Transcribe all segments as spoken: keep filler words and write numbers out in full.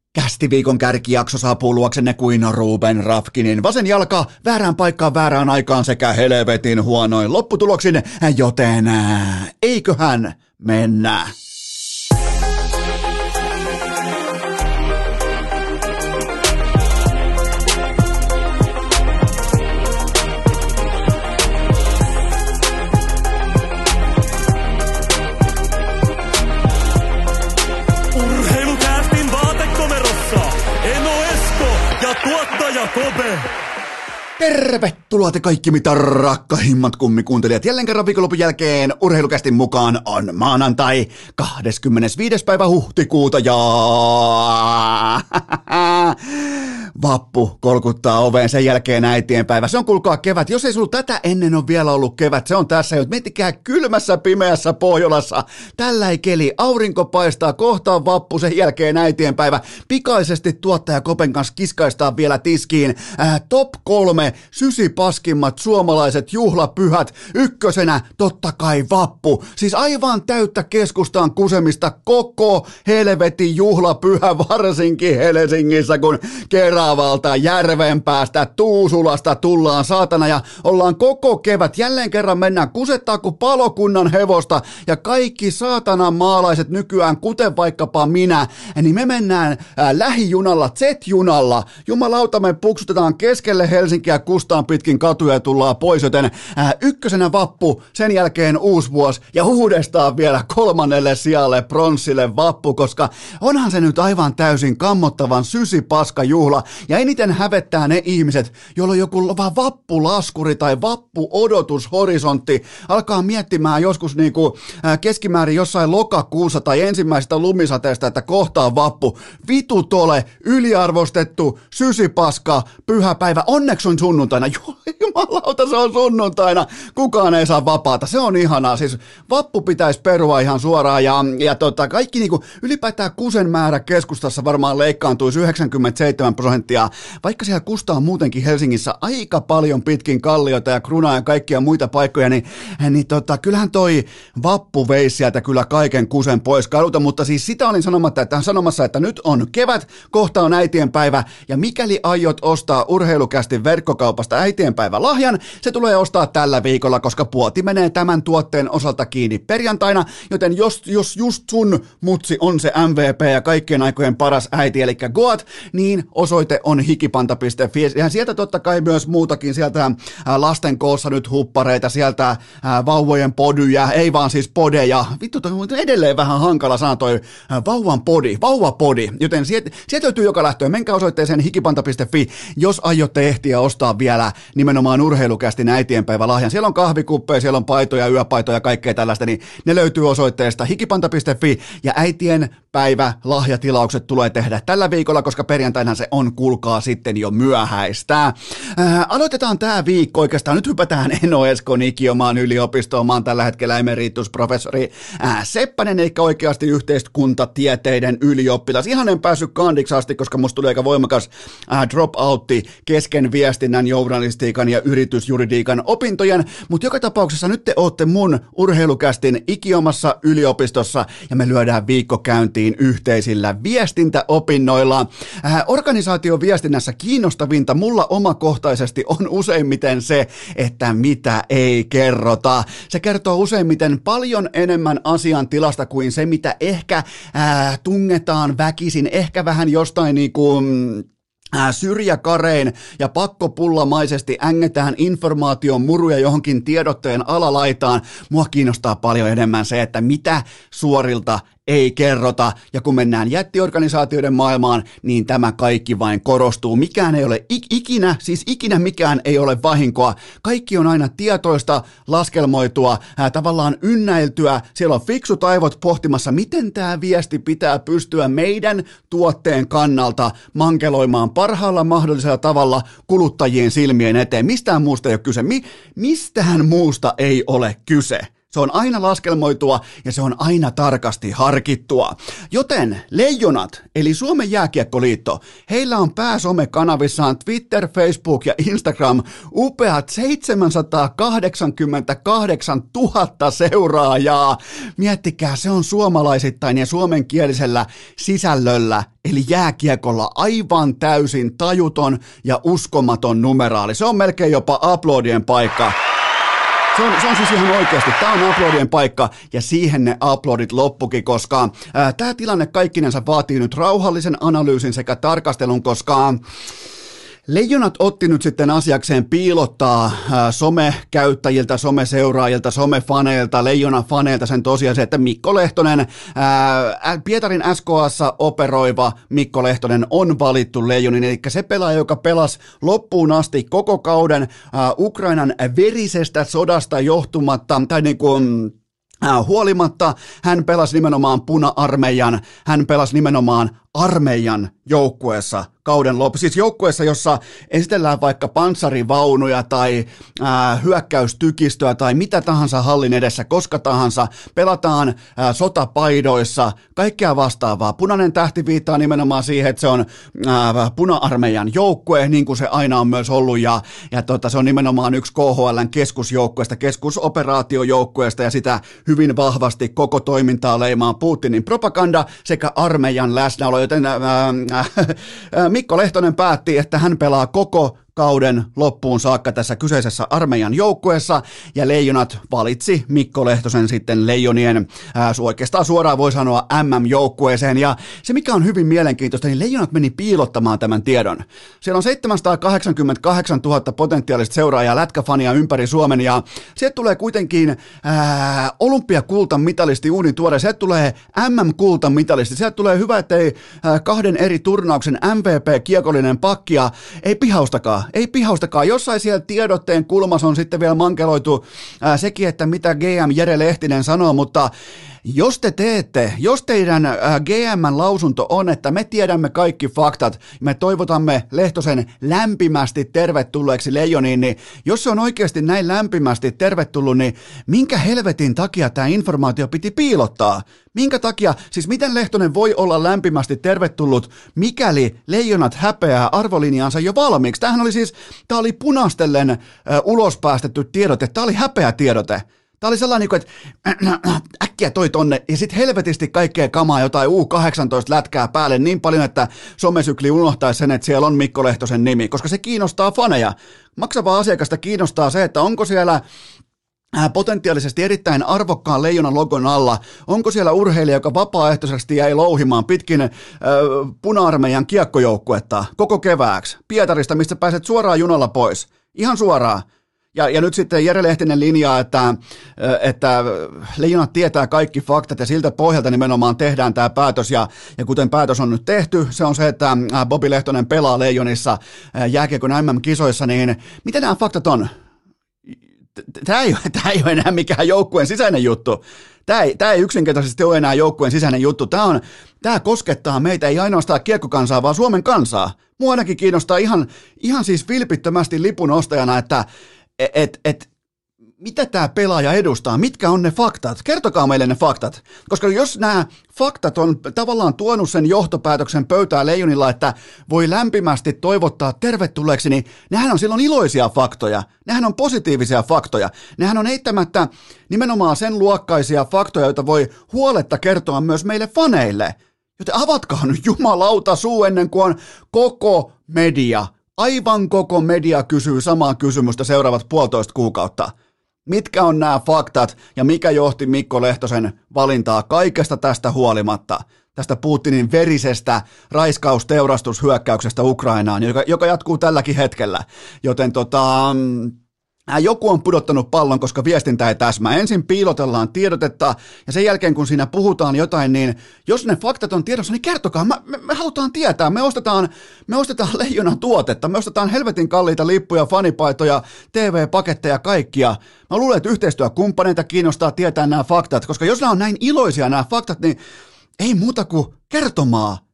Kästiviikon kärkijakso saapuu luoksenne kuin Ruben Rafkinin vasen jalka väärään paikkaan väärään aikaan sekä helvetin huonoin lopputuloksin, joten ää, eiköhän mennä. Tuottaja Kobe. Tervetuloa te kaikki mitä rakkahimmat kummikuuntelijat. Jälleen kerran viikonlopun jälkeen Urheilukästin mukaan on maanantai kahdeskymmenesviides päivä huhtikuuta ja vappu kolkuttaa oveen, sen jälkeen äitienpäivä. Se on kuulkaa kevät. Jos ei sulla tätä ennen ole vielä ollut kevät, se on tässä jo. Miettikää kylmässä pimeässä Pohjolassa. Tällä ei keli. Aurinko paistaa, kohtaan vappu, sen jälkeen äitienpäivä. Pikaisesti tuottaja Kopen kanssa kiskaistaan vielä tiskiin. Äh, top kolme sysipaskimmat suomalaiset juhlapyhät. Ykkösenä totta kai vappu. Siis aivan täyttä keskustaan kusemista koko helvetin juhlapyhä, varsinkin Helsingissä, kun kerran Keravalta, Järvenpäästä, Tuusulasta tullaan saatana ja ollaan koko kevät. Jälleen kerran mennään kusettaa kuin palokunnan hevosta ja kaikki saatanan maalaiset nykyään, kuten vaikkapa minä, niin me mennään ää, lähijunalla, Z-junalla. Jumalauta, me puksutetaan keskelle Helsinkiä kustaan pitkin katuja ja tullaan pois, joten ää, ykkösenä vappu, sen jälkeen uusi vuosi ja uudestaan vielä kolmannelle sijalle pronssille vappu, koska onhan se nyt aivan täysin kammottavan sysipaska juhla. Ja eniten hävettää ne ihmiset, joilla on joku vaan vappulaskuri tai vappuodotushorisontti, alkaa miettimään joskus niin kuin keskimäärin jossain lokakuussa tai ensimmäisestä lumisateesta, että kohtaa vappu. Vitu tole, yliarvostettu, sysipaska, pyhäpäivä. Onneksi on sunnuntaina. Jumalauta, se on sunnuntaina. Kukaan ei saa vapaata. Se on ihanaa. Siis vappu pitäisi perua ihan suoraan ja, ja tota, kaikki niin kuin, ylipäätään kusen määrä keskustassa varmaan leikkaantuisi yhdeksänkymmentäseitsemän prosenttia. Vaikka siellä kustaa muutenkin Helsingissä aika paljon pitkin kallioita ja krunaa ja kaikkia muita paikkoja, niin, niin tota, kyllähän toi vappu veisi sieltä kyllä kaiken kusen pois kadulta, mutta siis sitä olin sanomatta, että sanomassa, että nyt on kevät, kohta on äitienpäivä, ja mikäli aiot ostaa Urheilukästin verkkokaupasta äitienpäivä lahjan, se tulee ostaa tällä viikolla, koska puoti menee tämän tuotteen osalta kiinni perjantaina, joten jos, jos just sun mutsi on se M V P ja kaikkien aikojen paras äiti, eli Goat, niin osoite on hikipanta piste fi. Ja sieltä totta kai myös muutakin, sieltä lasten koossa nyt huppareita, sieltä vauvojen podyjä, ei vaan siis podeja. Vittu, toi on edelleen vähän hankala sana toi vauvan podi, vauvapodi, joten sieltä, sieltä löytyy joka lähtöön. Menkää osoitteeseen hikipanta piste fi, jos aiotte ehtiä ostaa vielä nimenomaan Urheilukästin äitienpäivä lahjan. Siellä on kahvikuppeja, siellä on paitoja, yöpaitoja ja kaikkea tällaista, niin ne löytyy osoitteesta hikipanta piste fi ja äitien päivä lahjatilaukset tulee tehdä tällä viikolla, koska perjantaina se on, kuulkaa sitten jo myöhäistä. Ää, aloitetaan tää viikko oikeastaan. Nyt hypätään Eno Eskon Ikiomaan yliopistoon. Mä oon tällä hetkellä emeritusprofessori ää, Seppänen, eikä oikeasti yhteiskuntatieteiden ylioppilas. Ihan en päässyt kandiksi asti, koska musta tuli aika voimakas ää, drop-outti kesken viestinnän, journalistiikan ja yritysjuridiikan opintojen, mutta joka tapauksessa nyt te ootte mun Urheilukästin Ikiomassa yliopistossa ja me lyödään viikko käyntiin yhteisillä viestintäopinnoilla. Ää, Organisaation viestinnässä kiinnostavinta mulla omakohtaisesti on useimmiten se, että mitä ei kerrota. Se kertoo useimmiten paljon enemmän asiantilasta kuin se, mitä ehkä ää, tungetaan väkisin, ehkä vähän jostain niinku syrjäkarein ja pakkopullamaisesti ängetään informaation muruja johonkin tiedotteen alalaitaan. Mua kiinnostaa paljon enemmän se, että mitä suorilta ei kerrota, ja kun mennään jättiorganisaatioiden maailmaan, niin tämä kaikki vain korostuu. Mikään ei ole ikinä, siis ikinä mikään ei ole vahinkoa. Kaikki on aina tietoista, laskelmoitua, ää, tavallaan ynnäiltyä. Siellä on fiksut aivot pohtimassa, miten tämä viesti pitää pystyä meidän tuotteen kannalta mankeloimaan parhaalla mahdollisella tavalla kuluttajien silmien eteen. Mistään muusta ei ole kyse. Mi- mistään muusta ei ole kyse. Se on aina laskelmoitua ja se on aina tarkasti harkittua. Joten Leijonat, eli Suomen Jääkiekkoliitto, heillä on pääsomekanavissaan Twitter, Facebook ja Instagram upeat seitsemänsataakahdeksankymmentäkahdeksantuhatta seuraajaa. Miettikää, se on suomalaisittain ja suomenkielisellä sisällöllä, eli jääkiekolla aivan täysin tajuton ja uskomaton numeraali. Se on melkein jopa aplodien paikka. Se on, se on siis ihan oikeasti, tämä on aplodien paikka ja siihen ne aplodit loppukin, koska tämä tilanne kaikkinensa vaatii nyt rauhallisen analyysin sekä tarkastelun, koska Leijonat otti nyt sitten asiakseen piilottaa ää, somekäyttäjiltä, someseuraajilta, somefaneilta, Leijona-faneilta sen tosiasian, että Mikko Lehtonen, ää, Pietarin S K A:ssa operoiva Mikko Lehtonen on valittu Leijonin, eli se pelaaja, joka pelasi loppuun asti koko kauden ää, Ukrainan verisestä sodasta johtumatta, tai niin kuin Äh, huolimatta hän pelasi nimenomaan puna-armeijan, hän pelasi nimenomaan armeijan joukkueessa kauden loppu. Siis joukkueessa, jossa esitellään vaikka panssarivaunuja tai äh, hyökkäystykistöä tai mitä tahansa hallin edessä, koska tahansa, pelataan äh, sotapaidoissa, kaikkea vastaavaa. Punainen tähti viittaa nimenomaan siihen, että se on äh, puna-armeijan joukkue, niin kuin se aina on myös ollut, ja, ja tota, se on nimenomaan yksi K H L:n keskusjoukkueesta, keskusoperaatiojoukkueesta, ja sitä hyvin vahvasti koko toimintaa leimaa Putinin propaganda sekä armeijan läsnäolo, joten äh, äh, Mikko Lehtonen päätti, että hän pelaa koko kauden loppuun saakka tässä kyseisessä armeijan joukkueessa, ja Leijonat valitsi Mikko Lehtosen sitten Leijonien, ää, oikeastaan suoraan voi sanoa M M-joukkueeseen, ja se mikä on hyvin mielenkiintoista, niin Leijonat meni piilottamaan tämän tiedon. Siellä on seitsemänsataakahdeksankymmentäkahdeksantuhatta potentiaalista seuraajaa, lätkäfania ympäri Suomen, ja sieltä tulee kuitenkin ää, olympiakultan mitalisti uudin tuore, sieltä tulee M M-kultan mitalisti, sieltä tulee hyvä, ettei ää, kahden eri turnauksen M V P-kiekollinen pakki, ja ei pihaustakaan. Ei pihaustakaan. Jossain siellä tiedotteen kulmassa on sitten vielä mankeloitu ää, sekin, että mitä G M Jere Lehtinen sanoo, mutta jos te teette, jos teidän ää, G M:n lausunto on, että me tiedämme kaikki faktat, me toivotamme Lehtosen lämpimästi tervetulleeksi Leijoniin, niin jos se on oikeasti näin lämpimästi tervetullut, niin minkä helvetin takia tämä informaatio piti piilottaa? Minkä takia, siis miten Lehtonen voi olla lämpimästi tervetullut, mikäli Leijonat häpeää arvolinjaansa jo valmiiksi? Tämähän oli siis, tämä oli punastellen äh, ulospäästetty tiedote, tämä oli häpeä tiedote. Tämä oli sellainen, että äkkiä toi tonne, ja sitten helvetisti kaikkea kamaa, jotain U kahdeksantoista lätkää päälle niin paljon, että somesykli unohtaisi sen, että siellä on Mikko Lehtosen nimi, koska se kiinnostaa faneja. Maksavaa asiakasta kiinnostaa se, että onko siellä potentiaalisesti erittäin arvokkaan Leijonan logon alla, onko siellä urheilija, joka vapaaehtoisesti jäi louhimaan pitkin äh, puna-armeijan kiekkojoukkuetta koko kevääksi Pietarista, mistä pääset suoraan junalla pois, ihan suoraan. Ja, ja nyt sitten Jere Lehtinen linjaa, että, että Leijonat tietää kaikki faktat ja siltä pohjalta nimenomaan tehdään tämä päätös. Ja, ja kuten päätös on nyt tehty, se on se, että Bobi Lehtonen pelaa Leijonissa jääkiekon M M-kisoissa, niin mitä nämä faktat on? Tämä ei, tämä ei ole enää mikään joukkueen sisäinen juttu. Tämä ei, tämä ei yksinkertaisesti ole enää joukkueen sisäinen juttu. Tämä, on, tämä koskettaa meitä, ei ainoastaan kiekkokansaa, vaan Suomen kansaa. Mua ainakin kiinnostaa ihan, ihan siis vilpittömästi lipun ostajana, että et, et, mitä tämä pelaaja edustaa, mitkä on ne faktat, kertokaa meille ne faktat, koska jos nämä faktat on tavallaan tuonut sen johtopäätöksen pöytään Leijonilla, että voi lämpimästi toivottaa tervetulleeksi, niin nehän on silloin iloisia faktoja, nehän on positiivisia faktoja, nehän on eittämättä nimenomaan sen luokkaisia faktoja, joita voi huoletta kertoa myös meille faneille, joten avatkaa nyt jumalauta suu ennen kuin on koko media, aivan koko media kysyy samaa kysymystä seuraavat puolitoista kuukautta. Mitkä on nämä faktat ja mikä johti Mikko Lehtosen valintaa kaikesta tästä huolimatta, tästä Putinin verisestä raiskausteurastushyökkäyksestä Ukrainaan, joka, joka jatkuu tälläkin hetkellä. Joten tota, joku on pudottanut pallon, koska viestintä ei täsmää. Ensin piilotellaan tiedotetta ja sen jälkeen kun siinä puhutaan jotain, niin jos ne faktat on tiedossa, niin kertokaa, me, me, me halutaan tietää. Me ostetaan, me ostetaan Leijonan tuotetta, me ostetaan helvetin kalliita lippuja, fanipaitoja, T V-paketteja, kaikkia. Mä luulen, että yhteistyökumppaneita kiinnostaa tietää nämä faktat, koska jos nämä on näin iloisia nämä faktat, niin ei muuta kuin kertomaa.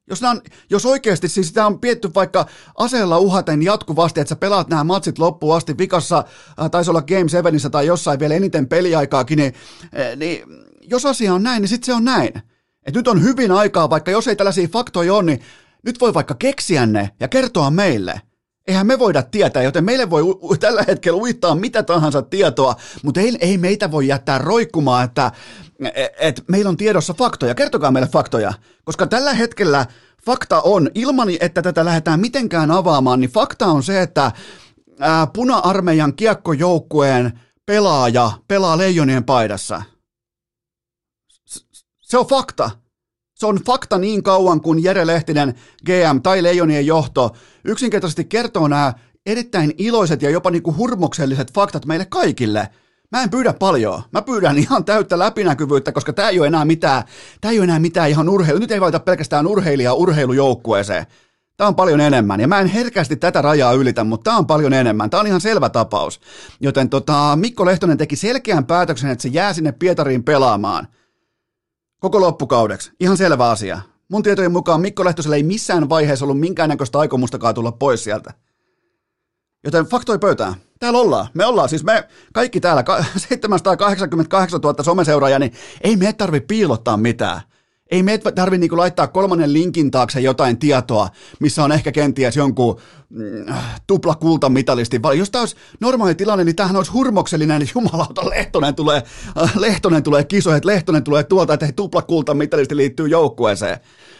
Jos, on, jos oikeasti siis sitä on pietty vaikka aseella uhaten jatkuvasti, että sä pelaat nämä matsit loppuun asti, vikassa äh, taisi olla Game seitsemässä tai jossain vielä eniten peliaikaakin, niin, äh, niin jos asia on näin, niin sitten se on näin. Et nyt on hyvin aikaa, vaikka jos ei tällaisia faktoja ole, niin nyt voi vaikka keksiä ne ja kertoa meille. Eihän me voida tietää, joten meille voi u- tällä hetkellä uittaa mitä tahansa tietoa, mutta ei, ei meitä voi jättää roikkumaan, että et meillä on tiedossa faktoja. Kertokaa meille faktoja, koska tällä hetkellä fakta on, ilman että tätä lähdetään mitenkään avaamaan, niin fakta on se, että ää, Puna-armeijan kiekkojoukkueen pelaaja pelaa Leijonien paidassa. Se on fakta. Se on fakta niin kauan, kun Jere Lehtinen, G M tai Leijonien johto yksinkertaisesti kertoo nämä erittäin iloiset ja jopa niinku hurmokselliset faktat meille kaikille. Mä en pyydä paljon. Mä pyydän ihan täyttä läpinäkyvyyttä, koska tää ei ole enää mitään, tää ei ole enää mitään ihan urheilu. Nyt ei valita pelkästään urheilijaa urheilujoukkueeseen. Tää on paljon enemmän, ja mä en herkästi tätä rajaa ylitä, mutta tää on paljon enemmän. Tää on ihan selvä tapaus. Joten tota, Mikko Lehtonen teki selkeän päätöksen, että se jää sinne Pietariin pelaamaan. Koko loppukaudeksi. Ihan selvä asia. Mun tietojen mukaan Mikko Lehtoselle ei missään vaiheessa ollut minkäännäköistä aikomustakaan tulla pois sieltä. Joten faktoi pöytään. Täällä ollaan. Me ollaan. Siis me kaikki täällä, seitsemänsataakahdeksankymmentäkahdeksantuhatta someseuraajaa, niin ei me tarvitse piilottaa mitään. Ei me tarvitse niinku laittaa kolmannen linkin taakse jotain tietoa, missä on ehkä kenties jonkun mm, tuplakultamitalisti. Jos tämä olisi normaali tilanne, niin tämähän olisi hurmoksellinen, että jumalauta, Lehtonen tulee, äh, Lehtonen tulee kisoihin, että Lehtonen tulee tuolta, että tuplakultamitalisti liittyy joukkueeseen.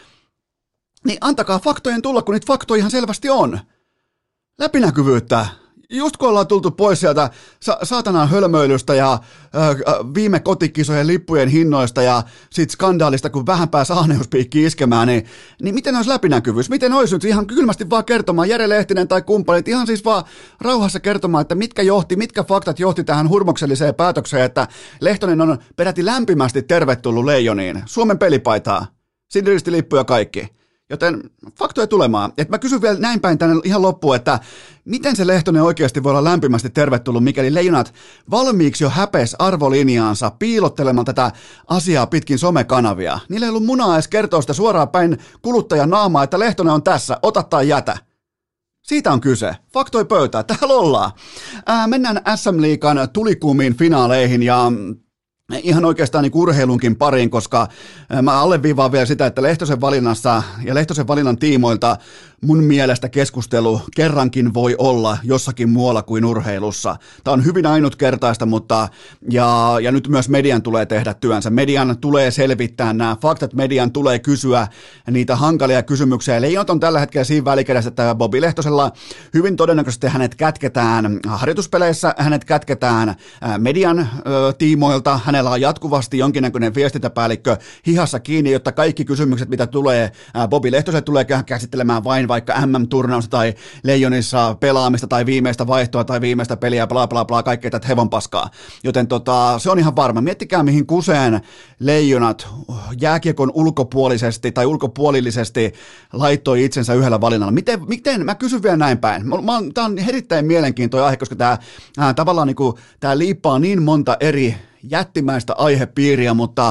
Niin antakaa faktojen tulla, kun niitä faktoja ihan selvästi on. Läpinäkyvyyttä. Just kun ollaan tultu pois sieltä sa- saatanan hölmöilystä ja äh, viime kotikisojen lippujen hinnoista ja sit skandaalista, kun vähän pääsi ahneuspiikki iskemään, niin, niin miten olisi läpinäkyvyys? Miten olisi nyt ihan kylmästi vaan kertomaan, Jere Lehtinen tai kumppanit, ihan siis vaan rauhassa kertomaan, että mitkä johti, mitkä faktat johti tähän hurmokselliseen päätökseen, että Lehtonen on peräti lämpimästi tervetullut Leijoniin, Suomen pelipaitaa, siniristilippuja kaikki. Joten faktoja tulemaan. Et mä kysyn vielä näin päin tänne ihan loppuun, että miten se Lehtonen oikeasti voi olla lämpimästi tervetullut, mikäli Leijonat valmiiksi jo häpes arvolinjaansa piilottelemaan tätä asiaa pitkin somekanavia. Niillä ei ollut munaa edes kertoa sitä suoraan päin kuluttajan naamaa, että Lehtonen on tässä, ota tai jätä. Siitä on kyse. Faktoi pöytää. Täällä ollaan. Ää, mennään S M-liigan tulikuumiin finaaleihin ja ihan oikeastaan niin urheilunkin pariin, koska mä alleviivaan vielä sitä, että Lehtosen valinnassa ja Lehtosen valinnan tiimoilta mun mielestä keskustelu kerrankin voi olla jossakin muualla kuin urheilussa. Tämä on hyvin ainutkertaista, mutta ja, ja nyt myös median tulee tehdä työnsä. Median tulee selvittää nämä faktat, median tulee kysyä niitä hankalia kysymyksiä. Leijonat on tällä hetkellä siinä välikädessä, että Bobi Lehtosella hyvin todennäköisesti hänet kätketään harjoituspeleissä, hänet kätketään median ö, tiimoilta, hänellä on jatkuvasti jonkinnäköinen viestintäpäällikkö hihassa kiinni, jotta kaikki kysymykset, mitä tulee Bobi Lehtoselle, tulee käsittelemään vain vaikka M M-turnausta tai Leijonissa pelaamista tai viimeistä vaihtoa tai viimeistä peliä, bla bla bla, kaikkea tätä hevon paskaa. Joten tota, se on ihan varma. Miettikää, mihin kuseen Leijonat jääkiekon ulkopuolisesti tai ulkopuolillisesti laittoi itsensä yhdellä valinnalla. Miten, miten mä kysyn vielä näin päin. Tämä on erittäin mielenkiintoinen aihe, koska tämä äh, tavallaan niin kuin, tämä liippaa niin monta eri jättimäistä aihepiiriä, mutta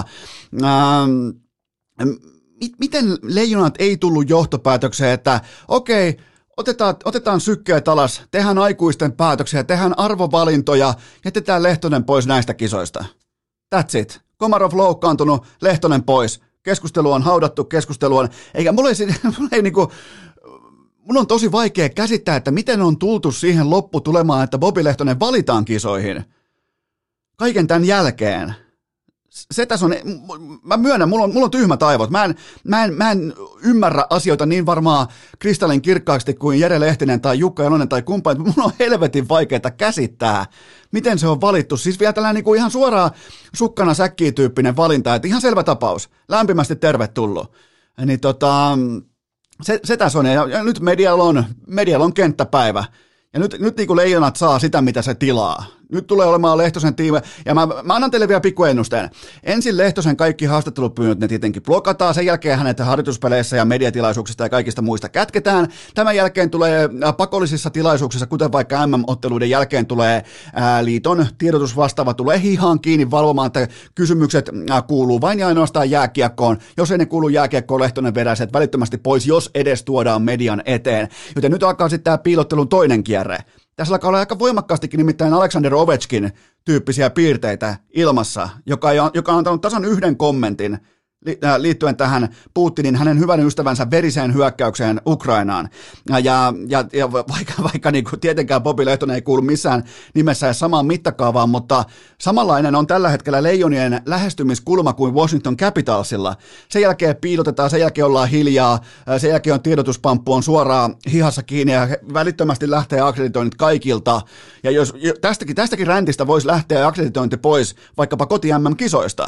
ähm, miten Leijonat ei tullut johtopäätökseen, että okei, otetaan, otetaan sykkeet alas, tehdään aikuisten päätöksiä, tehdään arvovalintoja, jätetään Lehtonen pois näistä kisoista. That's it. Komarov loukkaantunut, Lehtonen pois. Keskustelu on haudattu, keskustelu on, eikä mulla ei, mulla ei niinku, mun on tosi vaikea käsittää, että miten on tultu siihen lopputulemaan, että Bobi Lehtonen valitaan kisoihin. Kaiken tämän jälkeen. Se tässä on, mä myönnän, mulla on, mulla on tyhmät aivot. Mä en, mä, en, mä en ymmärrä asioita niin varmaan kristallin kirkkaaksi kuin Jere Lehtinen tai Jukka Jalonen tai kumppanit. Mulla on helvetin vaikeaa käsittää, miten se on valittu. Siis vielä tällainen niin kuin ihan suoraan sukkana säkkiä tyyppinen valinta, että ihan selvä tapaus. Lämpimästi tervetullut. Niin tota, se, se tässä on. Ja, ja nyt medialla on, medialla on kenttäpäivä. Ja nyt, nyt niin kuin Leijonat saa sitä, mitä se tilaa. Nyt tulee olemaan Lehtosen tiimi, ja mä, mä annan teille vielä pikkuennusteen. Ensin Lehtosen kaikki haastattelupyynnöt, ne tietenkin blokataan, sen jälkeen hänet harjoituspeleissä ja mediatilaisuuksista ja kaikista muista kätketään. Tämän jälkeen tulee pakollisissa tilaisuuksissa, kuten vaikka M M-otteluiden jälkeen tulee ää, liiton tiedotusvastaava, tulee hihaan kiinni valvomaan, että kysymykset ää, kuuluu vain ja ainoastaan jääkiekkoon. Jos ei ne kuulu jääkiekkoon, Lehtonen vedää se välittömästi pois, jos edes tuodaan median eteen. Joten nyt alkaa sitten tämä piilottelun toinen kierre. Tässä alkaa olla aika voimakkaastikin nimittäin Alexander Ovechkin tyyppisiä piirteitä ilmassa, joka, ei, joka on antanut tasan yhden kommentin liittyen tähän Putinin, hänen hyvän ystävänsä veriseen hyökkäykseen Ukrainaan. Ja, ja, ja vaikka, vaikka niin kuin tietenkään Bobby Lehtonen ei kuulu missään nimessä edes samaan mittakaavaan, mutta samanlainen on tällä hetkellä Leijonien lähestymiskulma kuin Washington Capitalsilla. Sen jälkeen piilotetaan, sen jälkeen ollaan hiljaa, sen jälkeen on tiedotuspamppu on suoraan hihassa kiinni ja välittömästi lähtee akkreditoinnit kaikilta. Ja jos tästäkin, tästäkin räntistä voisi lähteä akkreditointi pois vaikkapa koti M M-kisoista,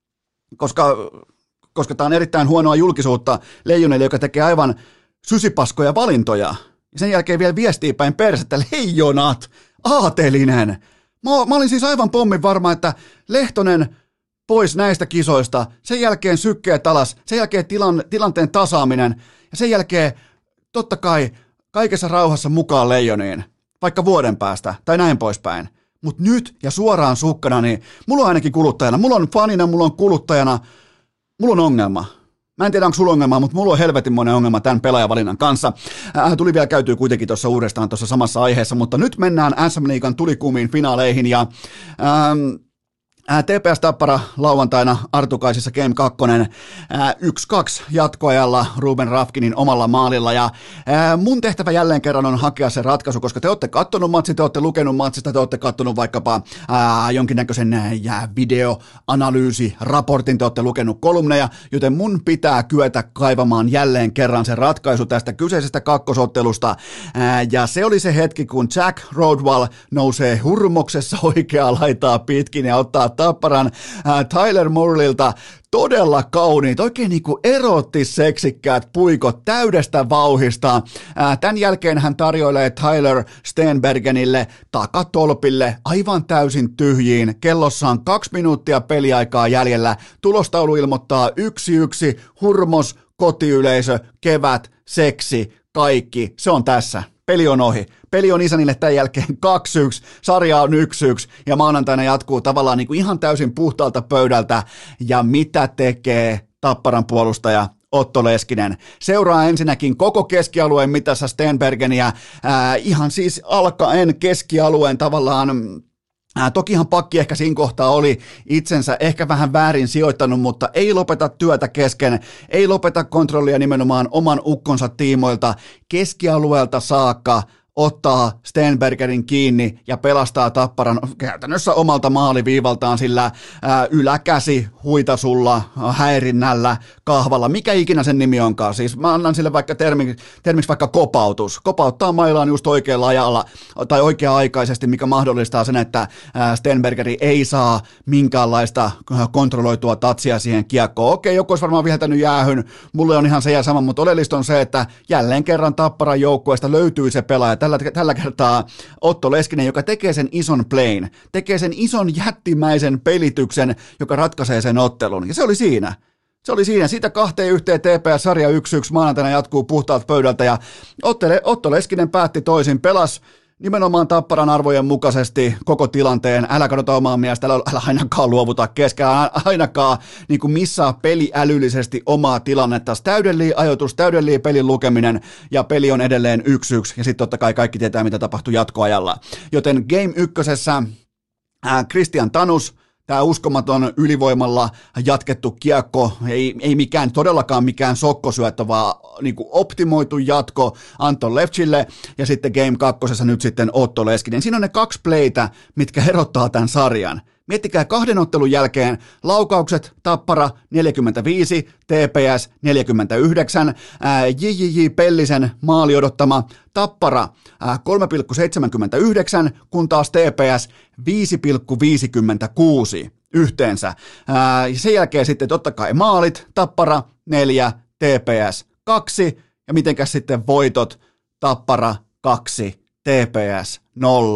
koska koska tämä on erittäin huonoa julkisuutta Leijonille, joka tekee aivan sysipaskoja valintoja. Ja sen jälkeen vielä viestii päin persettä, Leijonat, aatelinen. Mä, mä olin siis aivan pommin varma, että Lehtonen pois näistä kisoista, sen jälkeen sykkeet alas, sen jälkeen tilan, tilanteen tasaaminen, ja sen jälkeen totta kai kaikessa rauhassa mukaan Leijoniin, vaikka vuoden päästä, tai näin poispäin. Mutta nyt ja suoraan sukkana, niin mulla on ainakin kuluttajana, mulla on fanina, mulla on kuluttajana, mulla on ongelma. Mä en tiedä, onko sulla ongelma, mutta mulla on helvetinmoinen ongelma tämän pelaajavalinnan kanssa. Äh, tuli vielä käytyy kuitenkin tuossa uudestaan tuossa samassa aiheessa, mutta nyt mennään S M-liigan tulikuumiin finaaleihin ja ähm, T P S Tappara lauantaina Artukaisissa Game kaksi yksi kaksi jatkoajalla Ruben Rafkinin omalla maalilla ja ää, mun tehtävä jälleen kerran on hakea se ratkaisu, koska te olette kattonut matsi, te olette lukenut matsista, te olette kattonut vaikkapa ää, jonkinnäköisen ää, videoanalyysiraportin, te olette lukenut kolumneja, joten mun pitää kyetä kaivamaan jälleen kerran se ratkaisu tästä kyseisestä kakkosottelusta ää, ja se oli se hetki, kun Jack Rodwell nousee hurmoksessa oikeaa laitaa pitkin ja ottaa Tapparan ää, Tyler Morlilta todella kauniit, oikein niin kuin erottiseksikkäät puikot täydestä vauhista. Ää, tämän jälkeen hän tarjoilee Tyler Stenbergenille takatolpille aivan täysin tyhjiin. Kellossa on kaksi minuuttia peliaikaa jäljellä. Tulostaulu ilmoittaa yksi yksi, hurmos, kotiyleisö, kevät, seksi, kaikki. Se on tässä. Peli on ohi. Peli on Isänille tämän jälkeen kaksi yksi, sarja on yksi yksi ja maanantaina jatkuu tavallaan niin kuin ihan täysin puhtaalta pöydältä. Ja mitä tekee Tapparan puolustaja Otto Leskinen? Seuraa ensinnäkin koko keskialueen mitassa Stenbergeniä, ää, ihan siis alkaen keskialueen tavallaan. Ää, tokihan pakki ehkä siinä kohtaa oli itsensä ehkä vähän väärin sijoittanut, mutta ei lopeta työtä kesken, ei lopeta kontrollia nimenomaan oman ukkonsa tiimoilta keskialueelta saakka, ottaa Stenbergerin kiinni ja pelastaa Tapparan käytännössä omalta maaliviivaltaan sillä ää, yläkäsi huitasulla, häirinnällä, kahvalla, mikä ikinä sen nimi onkaan. Siis mä annan sille vaikka termi, termiksi vaikka kopautus. Kopauttaa mailaan just oikealla ajalla tai oikea-aikaisesti, mikä mahdollistaa sen, että ää, Stenbergeri ei saa minkäänlaista kontrolloitua tatsia siihen kiekkoon. Okei, joku olisi varmaan viheltänyt jäähyn, mulle on ihan se ja sama, mutta oleellista on se, että jälleen kerran Tapparan joukkueesta löytyy se pelaaja. Tällä, tällä kertaa Otto Leskinen, joka tekee sen ison playn, tekee sen ison jättimäisen pelityksen, joka ratkaisee sen ottelun. Ja se oli siinä. Se oli siinä. Siitä kahteen yhteen T P S-sarja yksi yksi maanantaina jatkuu puhtaalta pöydältä ja Otto Leskinen päätti toisin, pelasi nimenomaan Tapparan arvojen mukaisesti koko tilanteen, älä kadota omaa miestä, älä, älä ainakaan luovuta kesken, älä ainakaan niin kuin missaa peliälyllisesti omaa tilannetta. Täydellinen ajoitus, täydellinen pelin lukeminen ja peli on edelleen yksi yksi ja sitten totta kai kaikki tietää mitä tapahtui jatkoajalla. Joten Game ykkösessä ää, Christian Tanus, tämä uskomaton ylivoimalla jatkettu kiekko, ei, ei mikään, todellakaan mikään sokkosyöttö, vaan niin kuin optimoitu jatko Anton Lefchille ja sitten Game kakkosessa nyt sitten Otto Leskinen. Siinä on ne kaksi playtä, mitkä erottaa tämän sarjan. Miettikää kahden ottelun jälkeen laukaukset Tappara neljäkymmentäviisi, T P S neljäkymmentäyhdeksän, ää, J J J Pellisen maali odottama Tappara ää, kolme pilkku seitsemänkymmentäyhdeksän, kun taas T P S viisi pilkku viisikymmentäkuusi yhteensä. Ää, sen jälkeen sitten totta kai maalit, Tappara neljä, T P S kaksi ja mitenkäs sitten voitot, Tappara kaksi, T P S nolla.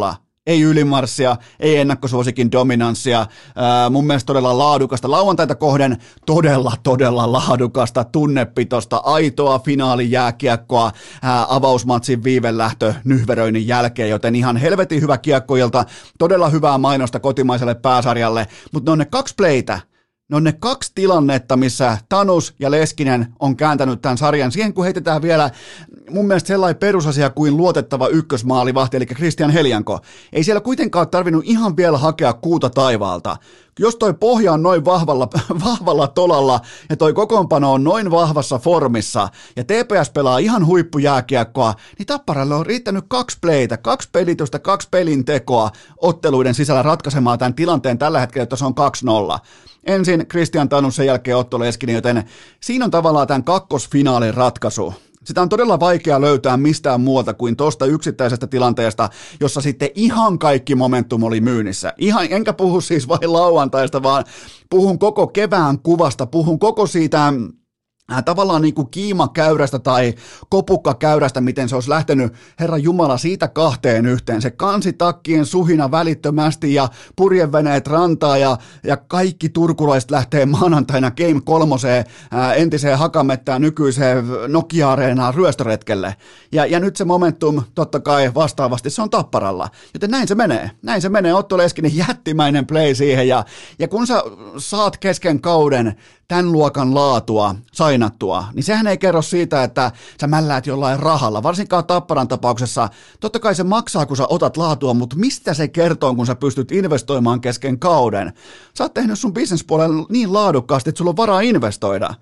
Ei ylimarssia, ei ennakkosuosikin dominanssia. Ää, mun mielestä todella laadukasta. Lauantaita kohden todella, todella laadukasta, tunnepitosta, aitoa finaalijääkiekkoa ää, avausmatsin viivelähtö nyhveröinnin jälkeen, joten ihan helvetin hyvä kiekkoilta, todella hyvää mainosta kotimaiselle pääsarjalle, mutta ne on ne kaksi playtä. Ne on ne kaksi tilannetta, missä Tanus ja Leskinen on kääntänyt tämän sarjan. Siihen kun heitetään vielä mun mielestä sellainen perusasia kuin luotettava ykkösmaalivahti, eli Christian Helianko. Ei siellä kuitenkaan tarvinnut ihan vielä hakea kuuta taivaalta. Jos toi pohja on noin vahvalla, vahvalla tolalla ja toi kokoonpano on noin vahvassa formissa ja T P S pelaa ihan huippujääkiekkoa, niin Tapparalle on riittänyt kaksi playtä, kaksi pelitystä, kaksi pelin tekoa otteluiden sisällä ratkaisemaan tämän tilanteen tällä hetkellä, että se on kaksi nolla. Ensin Christian Tanus, sen jälkeen Otto Leskinen, joten siinä on tavallaan tämän kakkosfinaalin ratkaisu. Sitä on todella vaikea löytää mistään muualta kuin tuosta yksittäisestä tilanteesta, jossa sitten ihan kaikki momentum oli myynnissä. Ihan, enkä puhu siis vain lauantaista, vaan puhun koko kevään kuvasta, puhun koko siitä Äh, tavallaan niin kuin kiimakäyrästä tai kopukkakäyrästä, miten se olisi lähtenyt, Herra Jumala, siitä kahteen yhteen. Se kansitakkien suhina välittömästi ja purjeveneet rantaa ja, ja kaikki turkulaiset lähtee maanantaina Game kolmoseen äh, entiseen Hakamettään nykyiseen Nokia-areenaan ryöstöretkelle. Ja, ja nyt se momentum totta kai vastaavasti se on Tapparalla. Joten näin se menee. Näin se menee. Otto Leskinen jättimäinen play siihen ja, ja kun sä saat kesken kauden tämän luokan laatua sainattua, niin sehän ei kerro siitä, että sä mälläät jollain rahalla, varsinkaan Tapparan tapauksessa. Totta kai se maksaa, kun sä otat laatua, mutta mistä se kertoo, kun sä pystyt investoimaan kesken kauden? Sä oot tehnyt sun bisnespuolella niin laadukkaasti, että sulla on varaa investoida.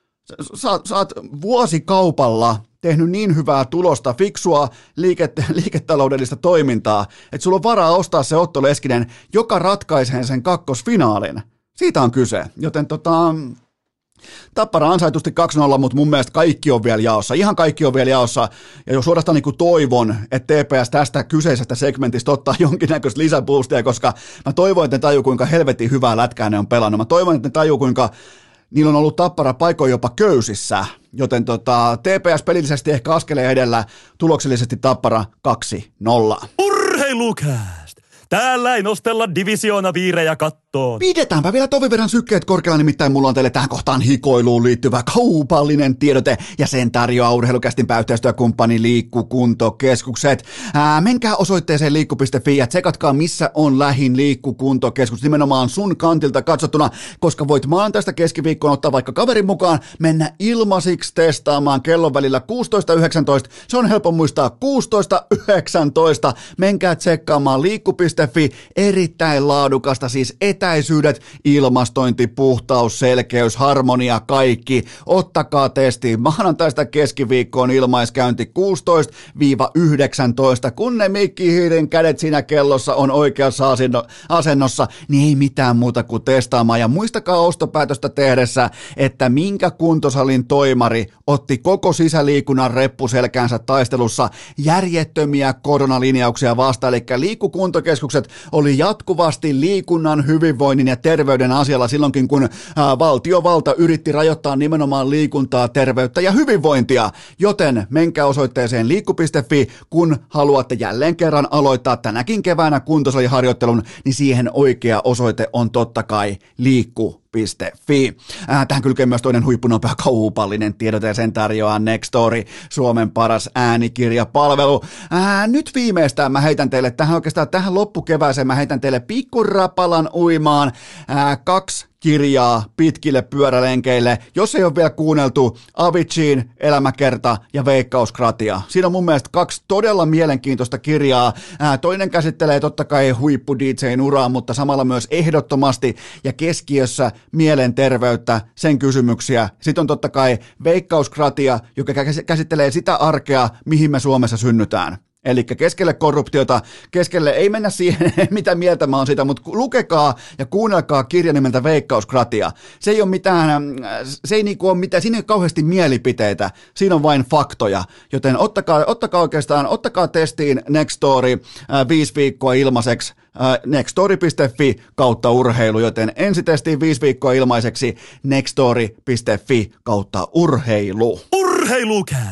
Sä, sä oot vuosikaupalla tehnyt niin hyvää tulosta, fiksua liike, liiketaloudellista toimintaa, että sulla on varaa ostaa se Otto Leskinen, joka ratkaisee sen kakkosfinaalin. Siitä on kyse, joten tota, Tappara ansaitusti kaksi nolla, mutta mun mielestä kaikki on vielä jaossa, ihan kaikki on vielä jaossa, ja jos suorastaan niin toivon, että T P S tästä kyseisestä segmentistä ottaa jonkinnäköistä lisäboostia, koska mä toivon, että ne tajuu, kuinka helvetin hyvää lätkää ne on pelannut, mä toivon, että ne tajuu, kuinka niillä on ollut Tappara paikoin jopa köysissä, joten tota, T P S pelillisesti ehkä askeleen edellä, tuloksellisesti Tappara kaksi nolla. Urheilukääst! Täällä ei nostella divisioona viirejä kattoon. Pidetäänpä vielä tovin verran sykkeet korkealla, nimittäin mulla on teille tähän kohtaan hikoiluun liittyvä kaupallinen tiedote ja sen tarjoaa Urheilukästin yhteistyökumppani Liikkukuntokeskukset. Ää, menkää osoitteeseen liikku piste fi ja tsekatkaa missä on lähin Liikkukuntokeskus nimenomaan sun kantilta katsottuna, koska voit maanantaista keskiviikkoon ottaa vaikka kaverin mukaan, mennä ilmaisiksi testaamaan kellon välillä kuusitoista yhdeksäntoista. Se on helppo muistaa kuusitoista yhdeksäntoista. Menkää tsekkaamaan liikku piste fi, erittäin laadukasta, siis etäisyydet, ilmastointi, puhtaus, selkeys, harmonia, kaikki. Ottakaa testi. Maanantaista keskiviikkoon ilmaiskäynti kuusitoista yhdeksäntoista. Kun ne mikkihiirin kädet siinä kellossa on oikeassa asennossa, niin ei mitään muuta kuin testaamaan. Ja muistakaa ostopäätöstä tehdessä, että minkä kuntosalin toimari otti koko sisäliikunnan reppuselkäänsä taistelussa järjettömiä koronalinjauksia vastaan, eli Liikkukuntokeskukset oli jatkuvasti liikunnan, hyvinvoinnin ja terveyden asialla silloinkin, kun ää, valtiovalta yritti rajoittaa nimenomaan liikuntaa, terveyttä ja hyvinvointia. Joten menkää osoitteeseen liikku piste fi, kun haluatte jälleen kerran aloittaa tänäkin keväänä kuntosaliharjoittelun, niin siihen oikea osoite on totta kai liikku piste fi. Äh, tähän kylkee myös toinen huippunopea kaupallinen tiedote ja sen tarjoaa Nextory, Suomen paras äänikirjapalvelu. Äh, nyt viimeistään mä heitän teille tähän oikeastaan tähän loppukevääseen mä heitän teille pikkurapalan uimaan äh, kaksi kirjaa pitkille pyörälenkeille, jos ei ole vielä kuunneltu Aviciin Elämäkerta ja Veikkauskratia. Siinä on mun mielestä kaksi todella mielenkiintoista kirjaa. Ää, toinen käsittelee totta kai huippu D J:n uraa, mutta samalla myös ehdottomasti ja keskiössä mielenterveyttä, sen kysymyksiä. Sitten on totta kai Veikkauskratia, joka käsittelee sitä arkea, mihin me Suomessa synnytään. Eli keskelle korruptiota, keskelle, ei mennä siihen, mitä mieltä mä oon sitä, mutta lukekaa ja kuunnelkaa kirja nimeltä Veikkauskratia. Se ei ole mitään, se ei niinku ole mitään, siinä ei ole kauheasti mielipiteitä, siinä on vain faktoja. Joten ottakaa, ottakaa oikeastaan, ottakaa testiin Nextory äh, viisi viikkoa ilmaiseksi, äh, nextory piste fi kautta urheilu, joten ensitestiin viisi viikkoa ilmaiseksi, nextory piste fi kautta urheilu. Urheilukääst!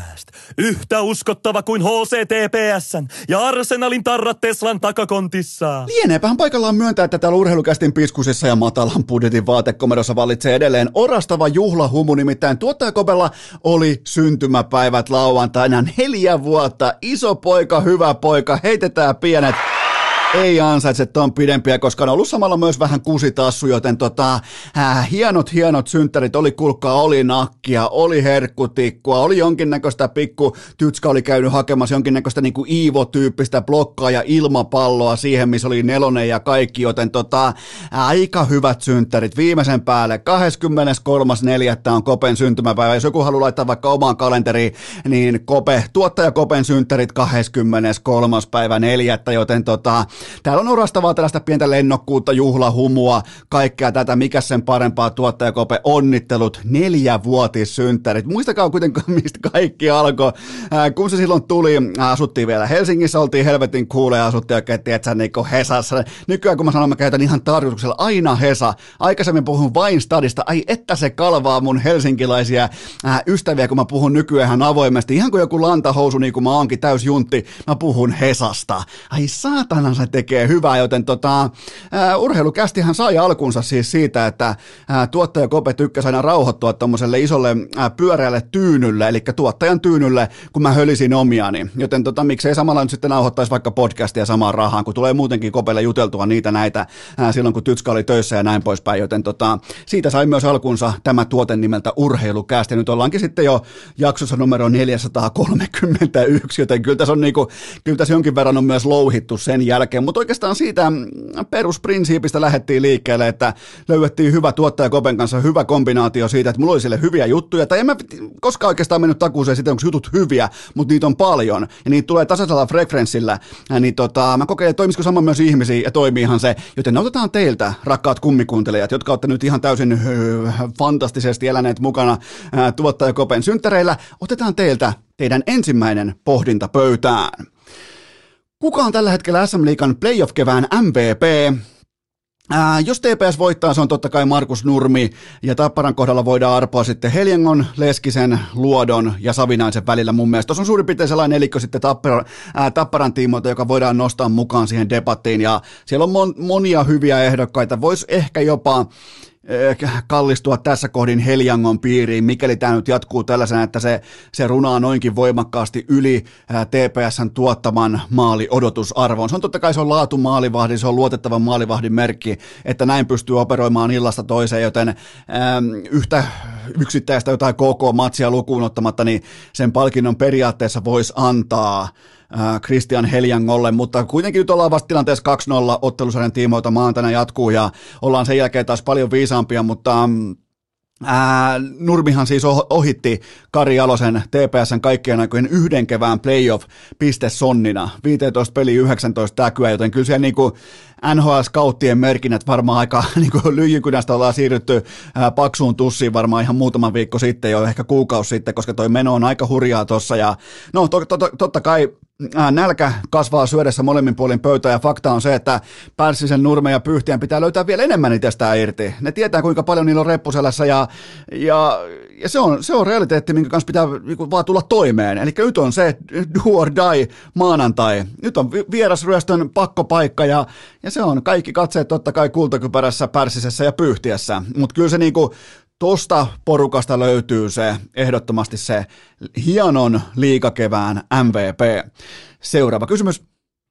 Yhtä uskottava kuin H C T P S:n ja Arsenalin tarrat Teslan takakontissa. Lieneepähän paikallaan myöntää, että täällä urheilukästin piskusissa ja matalan budjetin vaatekomerossa vallitsee edelleen orastava juhlahumu, nimittäin tuottajakopella oli syntymäpäivät lauantaina neljä vuotta. Iso poika, hyvä poika, heitetään pienet. Ei ansaitse ton pidempiä, koska on ollut samalla myös vähän kusitassu, joten tota, äh, hienot, hienot synttärit, oli kulkaa, oli nakkia, oli herkkutikkua, oli jonkinnäköistä pikku, Tytska oli käynyt hakemassa jonkinnäköistä niinku Iivo-tyyppistä blokkaa ja ilmapalloa siihen, missä oli nelonen ja kaikki, joten tota, äh, aika hyvät synttärit viimeisen päälle. kahdeskymmeneskolmas neljättä on Kopen syntymäpäivä, jos joku haluaa laittaa vaikka omaan kalenteriin, niin Kope, tuottaja Kopen synttärit kahdeskymmeneskolmas päivä neljättä, joten tota, täällä on orastavaa tällaista pientä lennokkuutta, juhlahumua, kaikkea tätä, mikä sen parempaa tuottajakope, onnittelut, neljävuotissynttärit. Muistakaa kuitenkaan, mistä kaikki alkoi. Äh, kun se silloin tuli, asuttiin vielä Helsingissä, oltiin helvetin kuuleja, asuttiin oikein, tietsä, niin kuin Hesassa. Nykyään kun mä sanon, mä käytän ihan tarkoituksella aina Hesa. Aikaisemmin puhun vain stadista, ai että se kalvaa mun helsinkiläisiä äh, ystäviä, kun mä puhun nykyään avoimesti. Ihan kuin joku lantahousu, niin kuin mä oonkin täysjuntti, mä puhun Hesasta. Ai saatana, se tekee hyvää, joten tota, ää, urheilukästihän sai alkunsa siis siitä, että ää, tuottaja Kope tykkäsi aina rauhoittua tommoselle isolle ää, pyöreälle tyynylle, eli tuottajan tyynylle, kun mä hölisin omiani. Joten tota, miksei samalla nyt sitten nauhoittaisi vaikka podcastia samaan rahaan, kun tulee muutenkin Kopelle juteltua niitä näitä ää, silloin, kun Tytska oli töissä ja näin poispäin, joten tota, siitä sai myös alkunsa tämä tuote nimeltä urheilukästi. Nyt ollaankin sitten jo jaksossa numero neljäsataakolmekymmentäyksi, joten kyllä tässä on niinku, kyllä tässä jonkin verran on myös louhittu sen jälkeen, mutta oikeastaan siitä perusprinsiipistä lähdettiin liikkeelle, että löydettiin hyvä tuottaja Kopen kanssa, hyvä kombinaatio siitä, että mulla oli sille hyviä juttuja, tai en mä koskaan oikeastaan mennyt takuuseen siitä, onko jutut hyviä, mutta niitä on paljon, ja niitä tulee tasaisella frekvenssillä, niin tota, mä kokeilen, toimisiko sama myös ihmisiä, ja toimiihan se, joten otetaan teiltä, rakkaat kummikuuntelijat, jotka olette nyt ihan täysin öö, fantastisesti eläneet mukana ää, tuottaja Kopen synttäreillä, otetaan teiltä teidän ensimmäinen pohdinta pöytään. Kuka on tällä hetkellä S M-liigan playoff-kevään M V P? Ää, jos T P S voittaa, se on totta kai Markus Nurmi, ja Tapparan kohdalla voidaan arpoa sitten Heljengon, Leskisen, Luodon ja Savinaisen välillä mun mielestä. Tuossa on suurin piirtein sellainen nelikko sitten Tappara, ää, Tapparan tiimoilta, joka voidaan nostaa mukaan siihen debattiin, ja siellä on mon, monia hyviä ehdokkaita, voisi ehkä jopa kallistua tässä kohdin Heljangon piiriin, mikäli tämä nyt jatkuu tällaisena, että se, se runaa noinkin voimakkaasti yli T P S:n tuottaman maali odotusarvoon. Se on totta kai se on laatu maalivahdi, se on luotettavan maalivahdin merkki, että näin pystyy operoimaan illasta toiseen, joten äm, yhtä yksittäistä jotain K K-matsia lukuun ottamatta, niin sen palkinnon periaatteessa voisi antaa Christian Heljangolle, mutta kuitenkin nyt ollaan vasta tilanteessa kaksi nolla ottelusarjan tiimoilta, maantaina jatkuu ja ollaan sen jälkeen taas paljon viisaampia, mutta Ää, Nurmihan siis ohitti Kari Jalosen T P S:n kaikkien aikojen yhden kevään playoff-pistesonnina, viisitoista peliä yhdeksäntoista täkyä, joten kyllä siellä niinku N H L-scouttien merkinnät varmaan aika niinku lyijykynästä ollaan siirrytty ää, paksuun tussiin varmaan ihan muutaman viikko sitten jo, ehkä kuukausi sitten, koska toi meno on aika hurjaa tossa ja no to, to, to, totta kai ää, nälkä kasvaa syödessä molemmin puolin pöytää ja fakta on se, että Pärssisen, Nurmen ja Pyhtien pitää löytää vielä enemmän itsestään irti. Ne tietää kuinka paljon niillä on reppuselässä ja Ja, ja se, on, se on realiteetti, minkä kanssa pitää niin vaan tulla toimeen. Eli nyt on se do or die maanantai. Nyt on vierasryöstön pakkopaikka ja, ja se on kaikki katseet totta kai kultakypärässä, Pärssisessä ja Pyyhtiässä. Mutta kyllä se niinku tosta porukasta löytyy se ehdottomasti se hienon liigakevään M V P. Seuraava kysymys.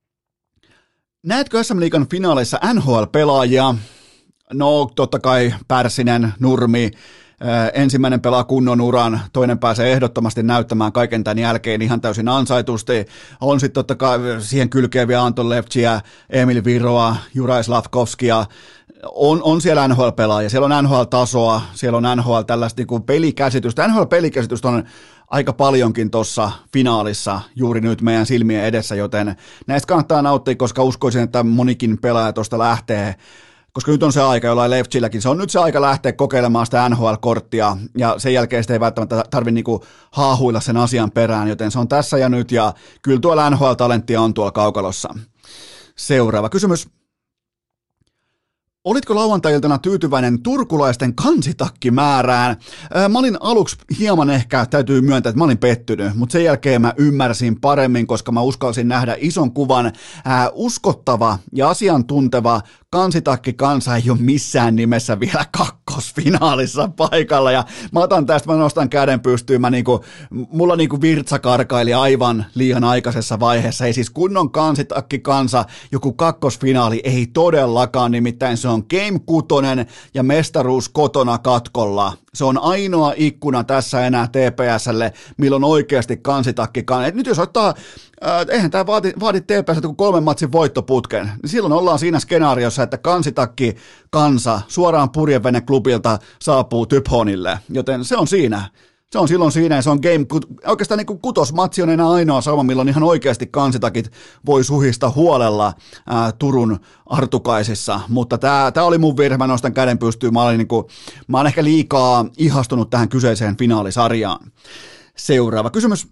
Näetkö S M-liigan finaaleissa N H L-pelaajia? No totta kai Pärssinen, Nurmi, ensimmäinen pelaa kunnon uran, toinen pääsee ehdottomasti näyttämään kaiken tämän jälkeen ihan täysin ansaitusti. On sitten totta kai siihen kylkeviä Anton Levtsiä, Emil Viroa, Juraj Slavkovskia. On, on siellä N H L-pelaajia, siellä on N H L-tasoa, siellä on N H L tällaista niin kuin pelikäsitystä. N H L-pelikäsitystä on aika paljonkin tuossa finaalissa juuri nyt meidän silmien edessä, joten näistä kannattaa nauttia, koska uskoisin, että monikin pelaaja tuosta lähtee. Koska nyt on se aika, jollain Lefchilläkin, se on nyt se aika lähteä kokeilemaan sitä N H L-korttia, ja sen jälkeen sitä ei välttämättä tarvitse niinku haahuilla sen asian perään, joten se on tässä ja nyt, ja kyllä tuolla N H L-talenttia on tuolla kaukalossa. Seuraava kysymys. Olitko lauantai-iltana tyytyväinen turkulaisten kansitakkimäärään? Mä olin aluksi hieman ehkä, täytyy myöntää, että mä olin pettynyt, mutta sen jälkeen mä ymmärsin paremmin, koska mä uskalsin nähdä ison kuvan. Ää, uskottava ja asiantunteva kansitakki kansa ei ole missään nimessä vielä kakkosfinaalissa paikalla, ja mä otan tästä, mä nostan käden pystyyn, mä niinku, mulla niinku virtsa karkaili aivan liian aikaisessa vaiheessa, ei siis kunnon kansitakki kansa, joku kakkosfinaali, ei todellakaan, nimittäin se on Game kutonen ja mestaruus kotona katkolla. Se on ainoa ikkuna tässä enää T P S:lle, milloin oikeasti kansitakki kan. Et nyt jos ottaa, äh, eihän tämä vaadi, vaadi T P S:ltä kuin kolmen matsin voittoputken, niin silloin ollaan siinä skenaariossa, että kansitakki kansa suoraan purjevene-klubilta saapuu Typhonille, joten se on siinä. Se on silloin siinä, ja se on game, oikeastaan niin kuin kutosmatsi on enää ainoa sauma, milloin ihan oikeasti kansitakit voi suhista huolella ää, Turun Artukaisissa, mutta tämä, tämä oli mun virhe, mä nostan käden pystyyn, mä, olin niin kuin, mä olen ehkä liikaa ihastunut tähän kyseiseen finaalisarjaan. Seuraava kysymys.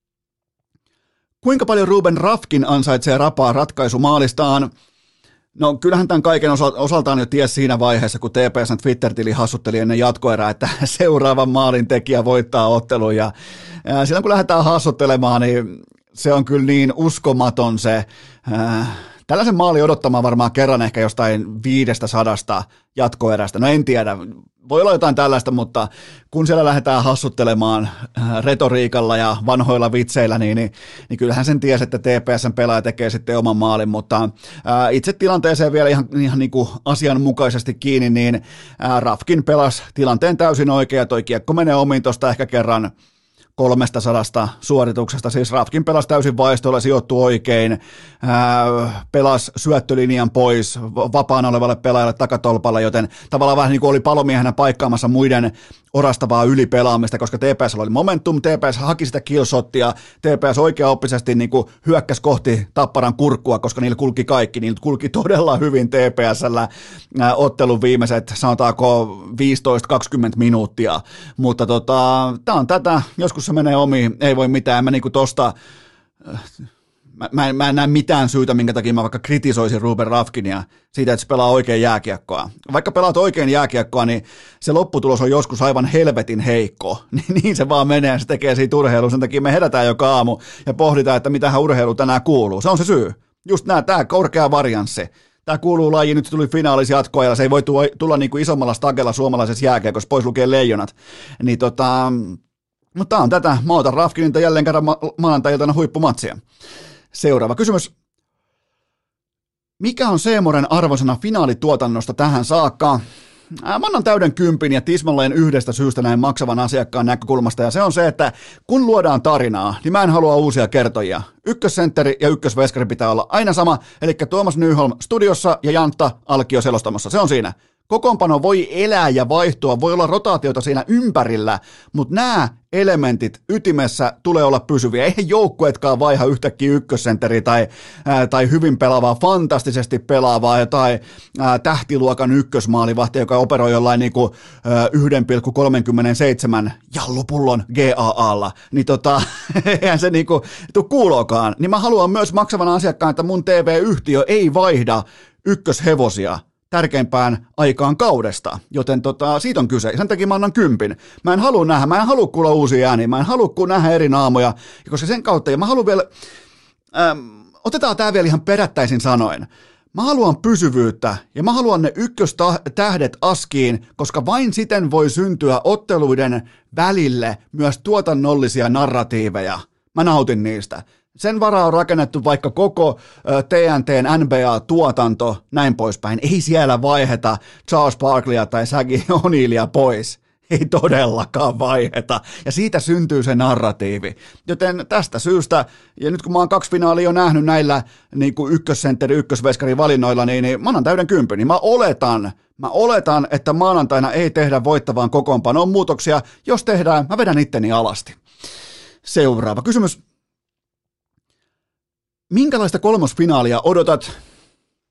Kuinka paljon Ruben Rafkin ansaitsee rapaa ratkaisumaalistaan? No kyllähän tämän kaiken osaltaan jo ties siinä vaiheessa, kun T P S:n Twitter-tili hassutteli ennen jatkoerää, että seuraavan maalin tekijä voittaa ottelun, ja, ja silloin kun lähdetään hassuttelemaan, niin se on kyllä niin uskomaton se, äh, tällaisen maali odottamaan varmaan kerran ehkä jostain viidestä sadasta jatkoerästä, no en tiedä, voi olla jotain tällaista, mutta kun siellä lähdetään hassuttelemaan retoriikalla ja vanhoilla vitseillä, niin, niin, niin kyllähän sen tiesi, että T P S:n pelaaja tekee sitten oman maalin, mutta ää, itse tilanteeseen vielä ihan, ihan niin kuin asianmukaisesti kiinni, niin ää, Rafkin pelasi tilanteen täysin oikein, ja toi kiekko menee omiin tuosta ehkä kerran kolmesta sadasta suorituksesta, siis Rafkin pelasi täysin vaistoilla, sijoittui oikein, ää, pelasi syöttölinjan pois vapaana olevalle pelaajalle takatolpalle, joten tavallaan vähän niin kuin oli palomiehenä paikkaamassa muiden orastavaa ylipelaamista, koska T P S oli momentum, T P S haki sitä killshottia, T P S oikeaoppisesti niin kuin hyökkäsi kohti Tapparan kurkkua, koska niillä kulki kaikki, niillä kulki todella hyvin T P S:llä ää, ottelun viimeiset, sanotaanko viisitoista kaksikymmentä minuuttia, mutta tota, tämä on tätä, joskus se menee omiin, ei voi mitään, mä niinku tosta, mä, mä, en, mä en näe mitään syytä, minkä takia mä vaikka kritisoisin Ruben Rafkinia siitä, että se pelaa oikein jääkiekkoa. Vaikka pelaat oikein jääkiekkoa, niin se lopputulos on joskus aivan helvetin heikko, niin se vaan menee, se tekee siitä urheilua, sen takia me herätään joka aamu ja pohditaan, että mitähän urheilu tänään kuuluu, se on se syy, just nää, tää korkea varianssi. Tämä kuuluu lajiin, nyt se tuli finaalis jatkoajalla, se ei voi tulla, tulla niin kuin isommalla stagella suomalaisessa jääkiekossa, pois lukee leijonat, niin tota... Mutta tämä on tätä. Mä otan Rafkinilta jälleen kerran ma- maanantai-iltana huippumatsia. Seuraava kysymys. Mikä on Seemoren arvosana finaalituotannosta tähän saakka? Mä annan täyden kympin ja tismalleen yhdestä syystä näin maksavan asiakkaan näkökulmasta, ja se on se, että kun luodaan tarinaa, niin mä en halua uusia kertojia. Ykkössentteri ja ykkösveskari pitää olla aina sama, eli Tuomas Nyholm studiossa ja Jantta Alkio selostamossa. Se on siinä. Kokoonpano voi elää ja vaihtua, voi olla rotaatiota siinä ympärillä, mutta nämä elementit ytimessä tulee olla pysyviä. Eihän joukkuetkaan vaiha yhtäkkiä ykkössentteri tai, ää, tai hyvin pelaavaa, fantastisesti pelaavaa tai ää, tähtiluokan ykkösmaalivahti, joka operoi jollain niinku, ää, yksi pilkku kolmekymmentäseitsemän jallupullon G A A:lla. Niin tota, eihän se niinku tuu kuulokaan. Niin mä haluan myös maksavan asiakkaan, että mun T V-yhtiö ei vaihda ykköshevosia tärkeimpään aikaan kaudesta, joten tota, siitä on kyse. Sen takia mä annan kympin. Mä en halua nähdä, mä en halua kuulla uusia ääniä, mä en halua nähdä eri naamoja, koska sen kautta, ja mä haluan vielä, ähm, otetaan tää vielä ihan perättäisin sanoen, mä haluan pysyvyyttä, ja mä haluan ne ykköstähdet askiin, koska vain siten voi syntyä otteluiden välille myös tuotannollisia narratiiveja. Mä nautin niistä. Sen varaa on rakennettu vaikka koko T N T:n N B A-tuotanto, näin poispäin. Ei siellä vaiheta Charles Barkleya tai Shaggy O'Neillia pois. Ei todellakaan vaiheta. Ja siitä syntyy se narratiivi. Joten tästä syystä, ja nyt kun mä oon kaksi finaalia jo nähnyt näillä niin kuin ykkössentteri, ykkösveskari valinnoilla, niin, niin mä annan täyden kympin. Niin mä oletan, mä oletan, että maanantaina ei tehdä voittavaan kokoonpanoon muutoksia. Jos tehdään, mä vedän itteni alasti. Seuraava kysymys. Minkälaista kolmosfinaalia odotat?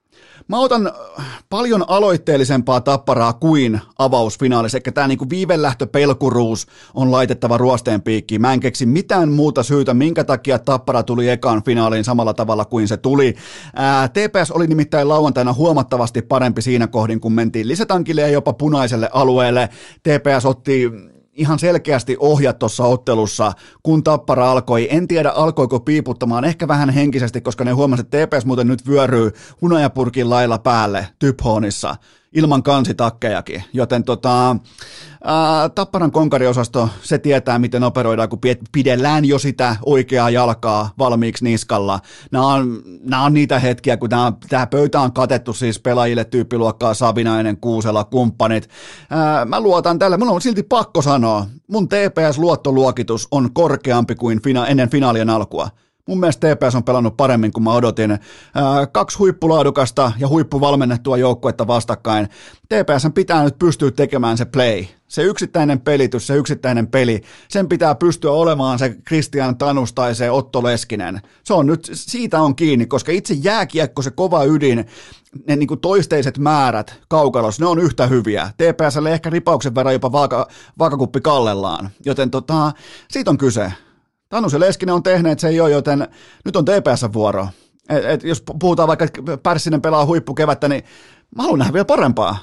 mä otan paljon aloitteellisempaa Tapparaa kuin avausfinaalissa, eli tämä niinku viivelähtöpelkuruus on laitettava ruosteen piikkiin. Mä en keksi mitään muuta syytä, minkä takia Tappara tuli ekaan finaaliin samalla tavalla kuin se tuli. Ää, T P S oli nimittäin lauantaina huomattavasti parempi siinä kohdin, kun mentiin lisätankille ja jopa punaiselle alueelle. T P S otti ihan selkeästi ohjat tuossa ottelussa, kun Tappara alkoi. En tiedä, alkoiko piiputtamaan, ehkä vähän henkisesti, koska ne huomasivat, että T P S muuten nyt vyöryy hunajapurkin lailla päälle Typhonissa, ilman kansitakkejakin. Joten tota, ää, Tapparan konkariosasto, se tietää, miten operoidaan, kun pidellään jo sitä oikeaa jalkaa valmiiksi niskalla. Nämä on, nämä on niitä hetkiä, kun tämä, tämä pöytä on katettu siis pelaajille tyyppiluokkaa Savinainen, Kuusela, kumppanit. Ää, mä luotan tälle, mun on silti pakko sanoa, mun T P S-luottoluokitus on korkeampi kuin fina- ennen finaalien alkua. Mun mielestä T P S on pelannut paremmin kuin mä odotin. Ää, kaksi huippulaadukasta ja huippuvalmennettua joukkuetta vastakkain. T P S pitää nyt pystyä tekemään se play. Se yksittäinen pelitys, se yksittäinen peli, sen pitää pystyä olemaan se Christian Tanus tai se Otto Leskinen. Se on nyt, siitä on kiinni, koska itse jääkiekko, se kova ydin, ne niin kuin toisteiset määrät kaukalossa, ne on yhtä hyviä. T P S:lle ehkä ripauksen verran jopa vaaka, vaakakuppi kallellaan, joten tota, siitä on kyse. Tanus ja Leskinen on tehneet se jo, joten nyt on T P S:n vuoro. Et, et jos puhutaan vaikka, että Pärssinen pelaa huippukevättä, niin mä haluan nähdä vielä parempaa.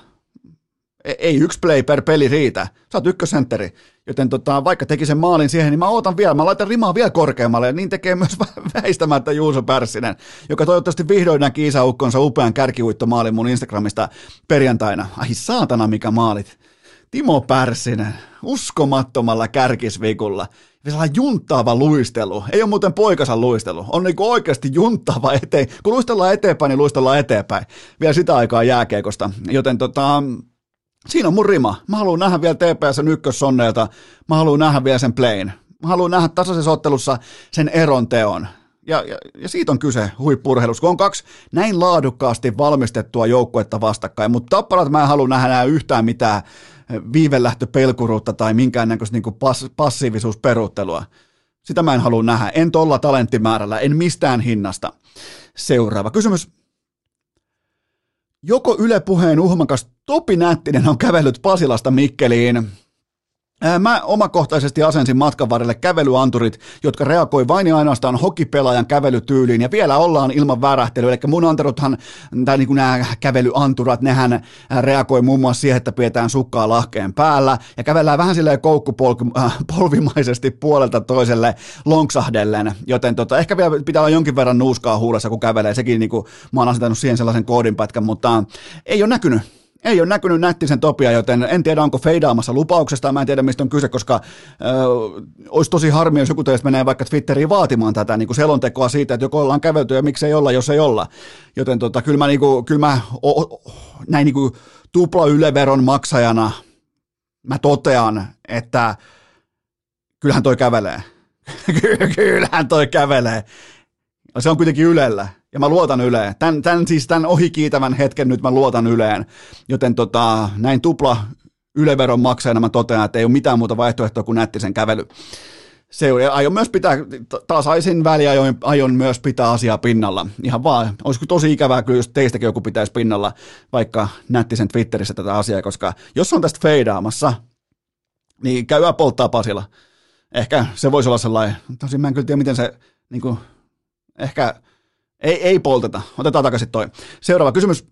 Ei yksi play per peli riitä. Sä oot ykkösentteri. Joten tota, vaikka teki sen maalin siihen, niin mä ootan vielä. Mä laitan rimaa vielä korkeammalle. Ja niin tekee myös väistämättä Juuso Pärssinen, joka toivottavasti vihdoin näki isäukkonsa upean kärkihuittomaalin mun Instagramista perjantaina. Ai saatana mikä maalit. Timo Pärssinen, uskomattomalla kärkisvikulla. Sellainen junttaava luistelu. Ei ole muuten poikansa luistelu. On niin oikeasti junttaava eteen. Kun luistellaan eteenpäin, niin luistellaan eteenpäin. Vielä sitä aikaa jääkiekosta. Joten tota, siinä on mun rima. Mä haluan nähdä vielä T P S:n ykkössonneilta. Mä haluan nähdä vielä sen playin. Mä haluan nähdä tasaisessa ottelussa sen eron teon. Ja, ja, ja siitä on kyse huippu-urheilussa, kun on kaksi näin laadukkaasti valmistettua joukkuetta vastakkain. Mutta Tapparat mä en halua nähdä yhtään mitään viivelähtöpelkuruutta tai minkäännäköistä niin pass, passiivisuusperuuttelua. Sitä mä en halua nähdä. En tolla talenttimäärällä, en mistään hinnasta. Seuraava kysymys. Joko Yle Puheen uhmakas Topi Nättinen on kävellyt Pasilasta Mikkeliin? Mä omakohtaisesti asensin matkan varrelle kävelyanturit, jotka reagoi vain ja ainoastaan hokipelaajan kävelytyyliin, ja vielä ollaan ilman värähtelyä, eli mun anteruthan, tai niin kuin nämä kävelyanturat, nehän reagoi muun muassa siihen, että pidetään sukkaa lahkeen päällä, ja kävellään vähän silleen koukkupolvimaisesti puolelta toiselle lonksahdellen, joten tota, ehkä vielä pitää olla jonkin verran nuuskaa huulessa, kun kävelee, sekin niin kuin, mä oon asentanut siihen sellaisen koodinpätkän, mutta ei ole näkynyt. Ei ole näkynyt Nättisen Topia, joten en tiedä, onko feidaamassa lupauksesta, mä en tiedä, mistä on kyse, koska ö, olisi tosi harmi, jos joku teistä menee vaikka Twitteriin vaatimaan tätä niin kuin selontekoa siitä, että joko ollaan kävelty ja miksei olla, jos ei olla. Joten tota, kyllä mä, niin kuin, kyllä mä o, o, näin niin kuin tupla Yle-veron maksajana mä totean, että kyllähän toi kävelee. Kyllähän toi kävelee. Se on kuitenkin Ylellä. Ja mä luotan Yleen. Tän, tän, siis tämän ohikiitävän hetken nyt mä luotan Yleen. Joten tota, näin tupla Yle-veron maksajana mä totean, että ei ole mitään muuta vaihtoehtoa kuin Nättisen kävely. Se aion myös pitää, taas aisin väliä aion, aion myös pitää asiaa pinnalla. Ihan vaan, olisiko tosi ikävää kyllä, jos teistäkin joku pitäisi pinnalla, vaikka Nättisen Twitterissä tätä asiaa, koska jos on tästä feidaamassa, niin käy polttaa Pasila. Ehkä se voisi olla sellainen, tosin mä en kyllä tiedä, miten se, niin kuin, ehkä... Ei, ei polteta. Otetaan takaisin toi. Seuraava kysymys.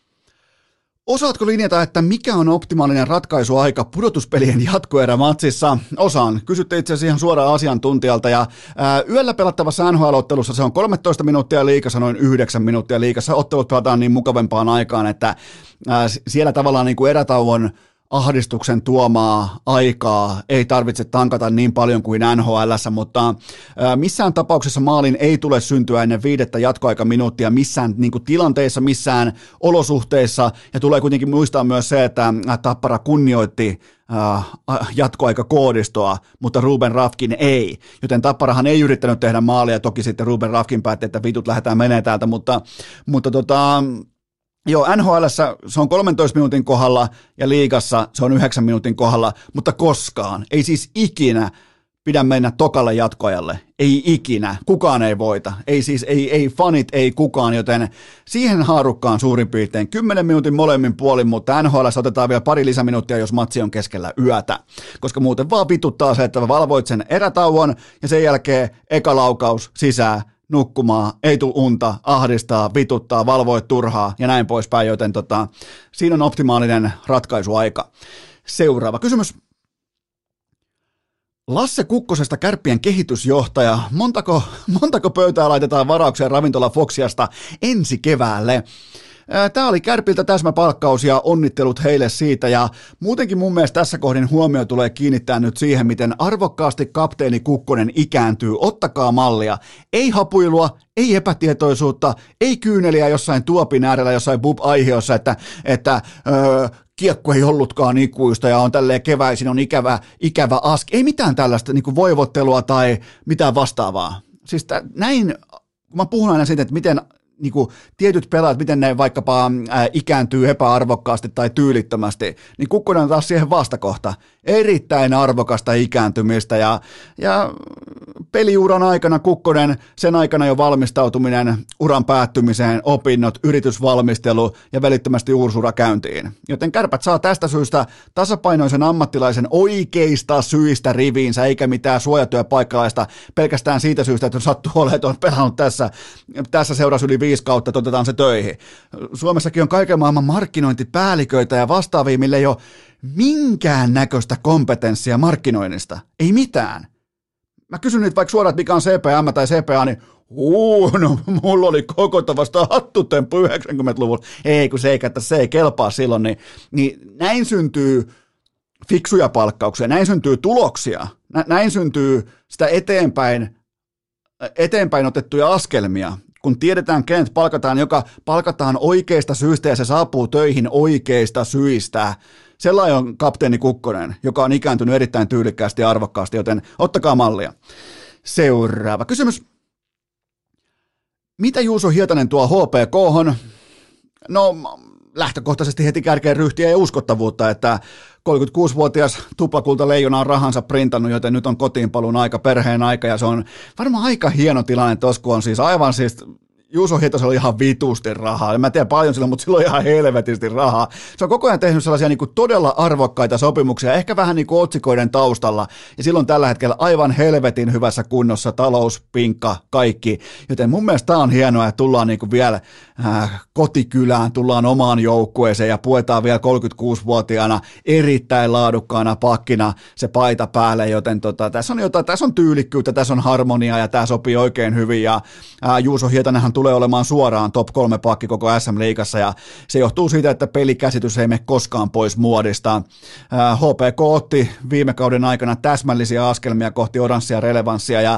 Osaatko linjata, että mikä on optimaalinen ratkaisuaika pudotuspelien jatkoerämatsissa? Osaan. Kysytte itse asiassa ihan suoraan asiantuntijalta. Ja, ää, yöllä pelattavassa N H L-ottelussa se on kolmetoista minuuttia liigassa, noin yhdeksän minuuttia liigassa. Ottelut pelataan niin mukavempaan aikaan, että ää, siellä tavallaan niin kuin erätauon ahdistuksen tuomaa aikaa ei tarvitse tankata niin paljon kuin N H L:ssä, mutta missään tapauksessa maalin ei tule syntyä ennen viidettä jatkoaikaminuuttia missään niin kuin tilanteissa, missään olosuhteissa, ja tulee kuitenkin muistaa myös se, että Tappara kunnioitti jatkoaikakoodistoa, mutta Ruben Rafkin ei, joten Tapparahan ei yrittänyt tehdä maalia, toki sitten Ruben Rafkin päätti, että vitut lähdetään menee täältä, mutta, mutta tota, joo, N H L:ssä se on kolmentoista minuutin kohdalla ja liigassa se on yhdeksän minuutin kohdalla, mutta koskaan, ei siis ikinä pidä mennä tokalle jatkoajalle. Ei ikinä. Kukaan ei voita. Ei siis, ei, ei fanit, ei kukaan, joten siihen haarukkaan suurin piirtein kymmenen minuutin molemmin puolin, mutta N H L:ssä otetaan vielä pari lisäminuuttia, jos matsi on keskellä yötä. Koska muuten vaan vituttaa se, että valvoit sen erätauon ja sen jälkeen eka laukaus sisään, nukkumaan, ei tule unta, ahdistaa, vituttaa, valvoit turhaa ja näin poispäin, joten tota, siinä on optimaalinen ratkaisuaika. Seuraava kysymys. Lasse Kukkosesta Kärppien kehitysjohtaja. Montako, montako pöytää laitetaan varauksia ravintola Foxiasta ensi keväälle? Tämä oli Kärpiltä täsmäpalkkaus ja onnittelut heille siitä ja muutenkin mun mielestä tässä kohdin huomio tulee kiinnittää nyt siihen, miten arvokkaasti kapteeni Kukkonen ikääntyy. Ottakaa mallia. Ei hapuilua, ei epätietoisuutta, ei kyyneliä jossain tuopin äärellä, jossain bub-aiheossa, että, että öö, kiekko ei ollutkaan ikuista ja on tälleen keväisin, on ikävä, ikävä aski. Ei mitään tällaista niin kuin voivottelua tai mitään vastaavaa. Siis t- näin, kun mä puhun aina siitä, että miten niin kuin tietyt pelaajat, miten ne vaikkapa ää, ikääntyy epäarvokkaasti tai tyylittömästi, niin Kukkonen on taas siihen vastakohta. Erittäin arvokasta ikääntymistä ja, ja peliuran aikana Kukkonen, sen aikana jo valmistautuminen uran päättymiseen, opinnot, yritysvalmistelu ja välittömästi uursura käyntiin. Joten Kärpät saa tästä syystä tasapainoisen ammattilaisen oikeista syistä riviinsä, eikä mitään suojatyöpaikkalaista pelkästään siitä syystä, että on sattuu olemaan, että on pelannut tässä, tässä seurassa yli viisi kautta, että otetaan se töihin. Suomessakin on kaiken maailman markkinointipäälliköitä ja vastaavia, millä ei ole minkään näköistä kompetenssia markkinoinnista. Ei mitään. Mä kysyn nyt vaikka suoraan, että mikä on C P M tai C P A, niin huu, no mulla oli koko vasta hattutemppu yhdeksänkymmentäluvulla. Ei, kun se ei, että se ei kelpaa silloin, niin, niin näin syntyy fiksuja palkkauksia, näin syntyy tuloksia, näin syntyy sitä eteenpäin, eteenpäin otettuja askelmia. Kun tiedetään, kenet palkataan, joka palkataan oikeista syistä ja se saapuu töihin oikeista syistä. Sellainen on kapteeni Kukkonen, joka on ikääntynyt erittäin tyylikkäästi ja arvokkaasti, joten ottakaa mallia. Seuraava kysymys. Mitä Juuso Hietanen tuo H P K:hon? No lähtökohtaisesti heti kärkeen ryhtiä ja uskottavuutta, että kolmekymmentäkuusivuotias tuplakulta leijona on rahansa printannut, joten nyt on kotiinpaluun aika, perheen aika, ja se on varmaan aika hieno tilanne tuossa, kun on siis aivan siis, Juuso Hietasella oli ihan vitusti rahaa, en mä tiedä paljon sillä, mutta sillä on ihan helvetisti rahaa. Se on koko ajan tehnyt sellaisia niin kuin todella arvokkaita sopimuksia, ehkä vähän niin kuin otsikoiden taustalla, ja silloin tällä hetkellä aivan helvetin hyvässä kunnossa, talous, pinkka, kaikki, joten mun mielestä tää on hienoa, että tullaan niin kuin vielä äh, kotikylään, tullaan omaan joukkueeseen ja puetaan vielä kolmekymmentäkuusivuotiaana erittäin laadukkaana pakkina se paita päälle, joten tota, tässä on jotain, tässä on tyylikkyyttä, tässä on harmoniaa ja tämä sopii oikein hyvin, ja äh, Juuso Hietanenhan tulee olemaan suoraan top kolme pakki koko S M-liigassa, ja se johtuu siitä, että pelikäsitys ei mene koskaan pois muodista. H P K otti viime kauden aikana täsmällisiä askelmia kohti oranssia relevanssia, ja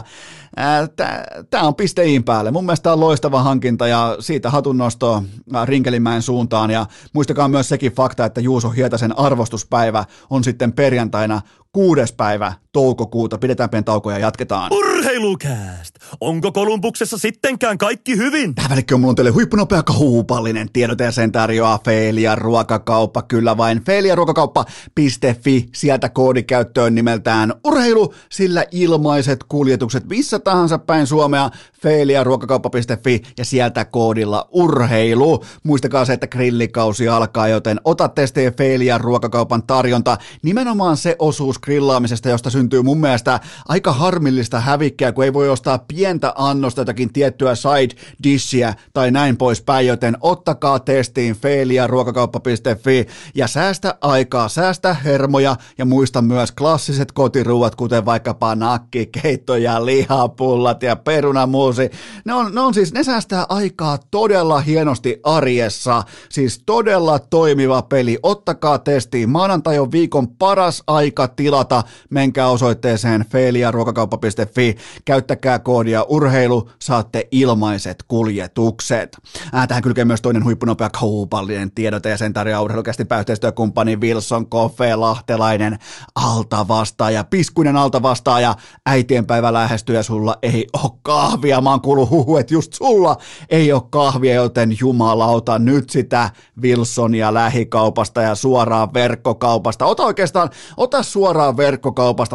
tämä on pisteiin päälle. Mun mielestä tämä on loistava hankinta, ja siitä hatunnosto Rinkelinmäen suuntaan, ja muistakaa myös sekin fakta, että Juuso Hietasen arvostuspäivä on sitten perjantaina kuudes päivä toukokuuta. Pidetään pieni tauko ja jatketaan. Urheilukääst! Onko Kolumbuksessa sittenkään kaikki hyvin? Tähän välikköön mulla on teille huippunopea kaupallinen tiedote ja sen tarjoaa Feelia Ruokakauppa. Kyllä vain feelia ruokakauppa piste fi. Sieltä koodi käyttöön nimeltään urheilu, sillä ilmaiset kuljetukset missä tahansa päin Suomea. feelia ruokakauppa piste fi ja sieltä koodilla urheilu. Muistakaa se, että grillikausi alkaa, joten ota testeen Feelia Ruokakaupan tarjonta. Nimenomaan se osuus grillaamisesta, josta syntyy mun mielestä aika harmillista hävikkiä, kun ei voi ostaa pientä annosta, jotakin tiettyä side dishia tai näin poispäin, joten ottakaa testiin feelia ruokakauppa piste fi ja säästä aikaa, säästä hermoja ja muista myös klassiset kotiruuat, kuten vaikkapa nakkikeitto ja lihapullat ja perunamuusi. Ne on, ne on siis, ne säästää aikaa todella hienosti arjessa, siis todella toimiva peli. Ottakaa testiin. Maanantai on viikon paras aika tilata. Menkää osoitteeseen feelia ruokakauppa piste fi. Käyttäkää koodia urheilu, saatte ilmaiset kuljetukset. Ää, tähän kylkee myös toinen huippunopea kaupallinen tiedote ja sen tarjoaa urheilukästi yhteistyökumppani Wilson Coffee, lahtelainen altavastaaja, piskuinen altavastaaja. Äitienpäivä lähestyy ja sulla ei ole kahvia. Mä oon kuullut huhu, että just sulla ei ole kahvia, joten jumalauta nyt sitä Wilsonia lähikaupasta ja suoraan verkkokaupasta. Ota oikeastaan, ota suoraan verkkokaupasta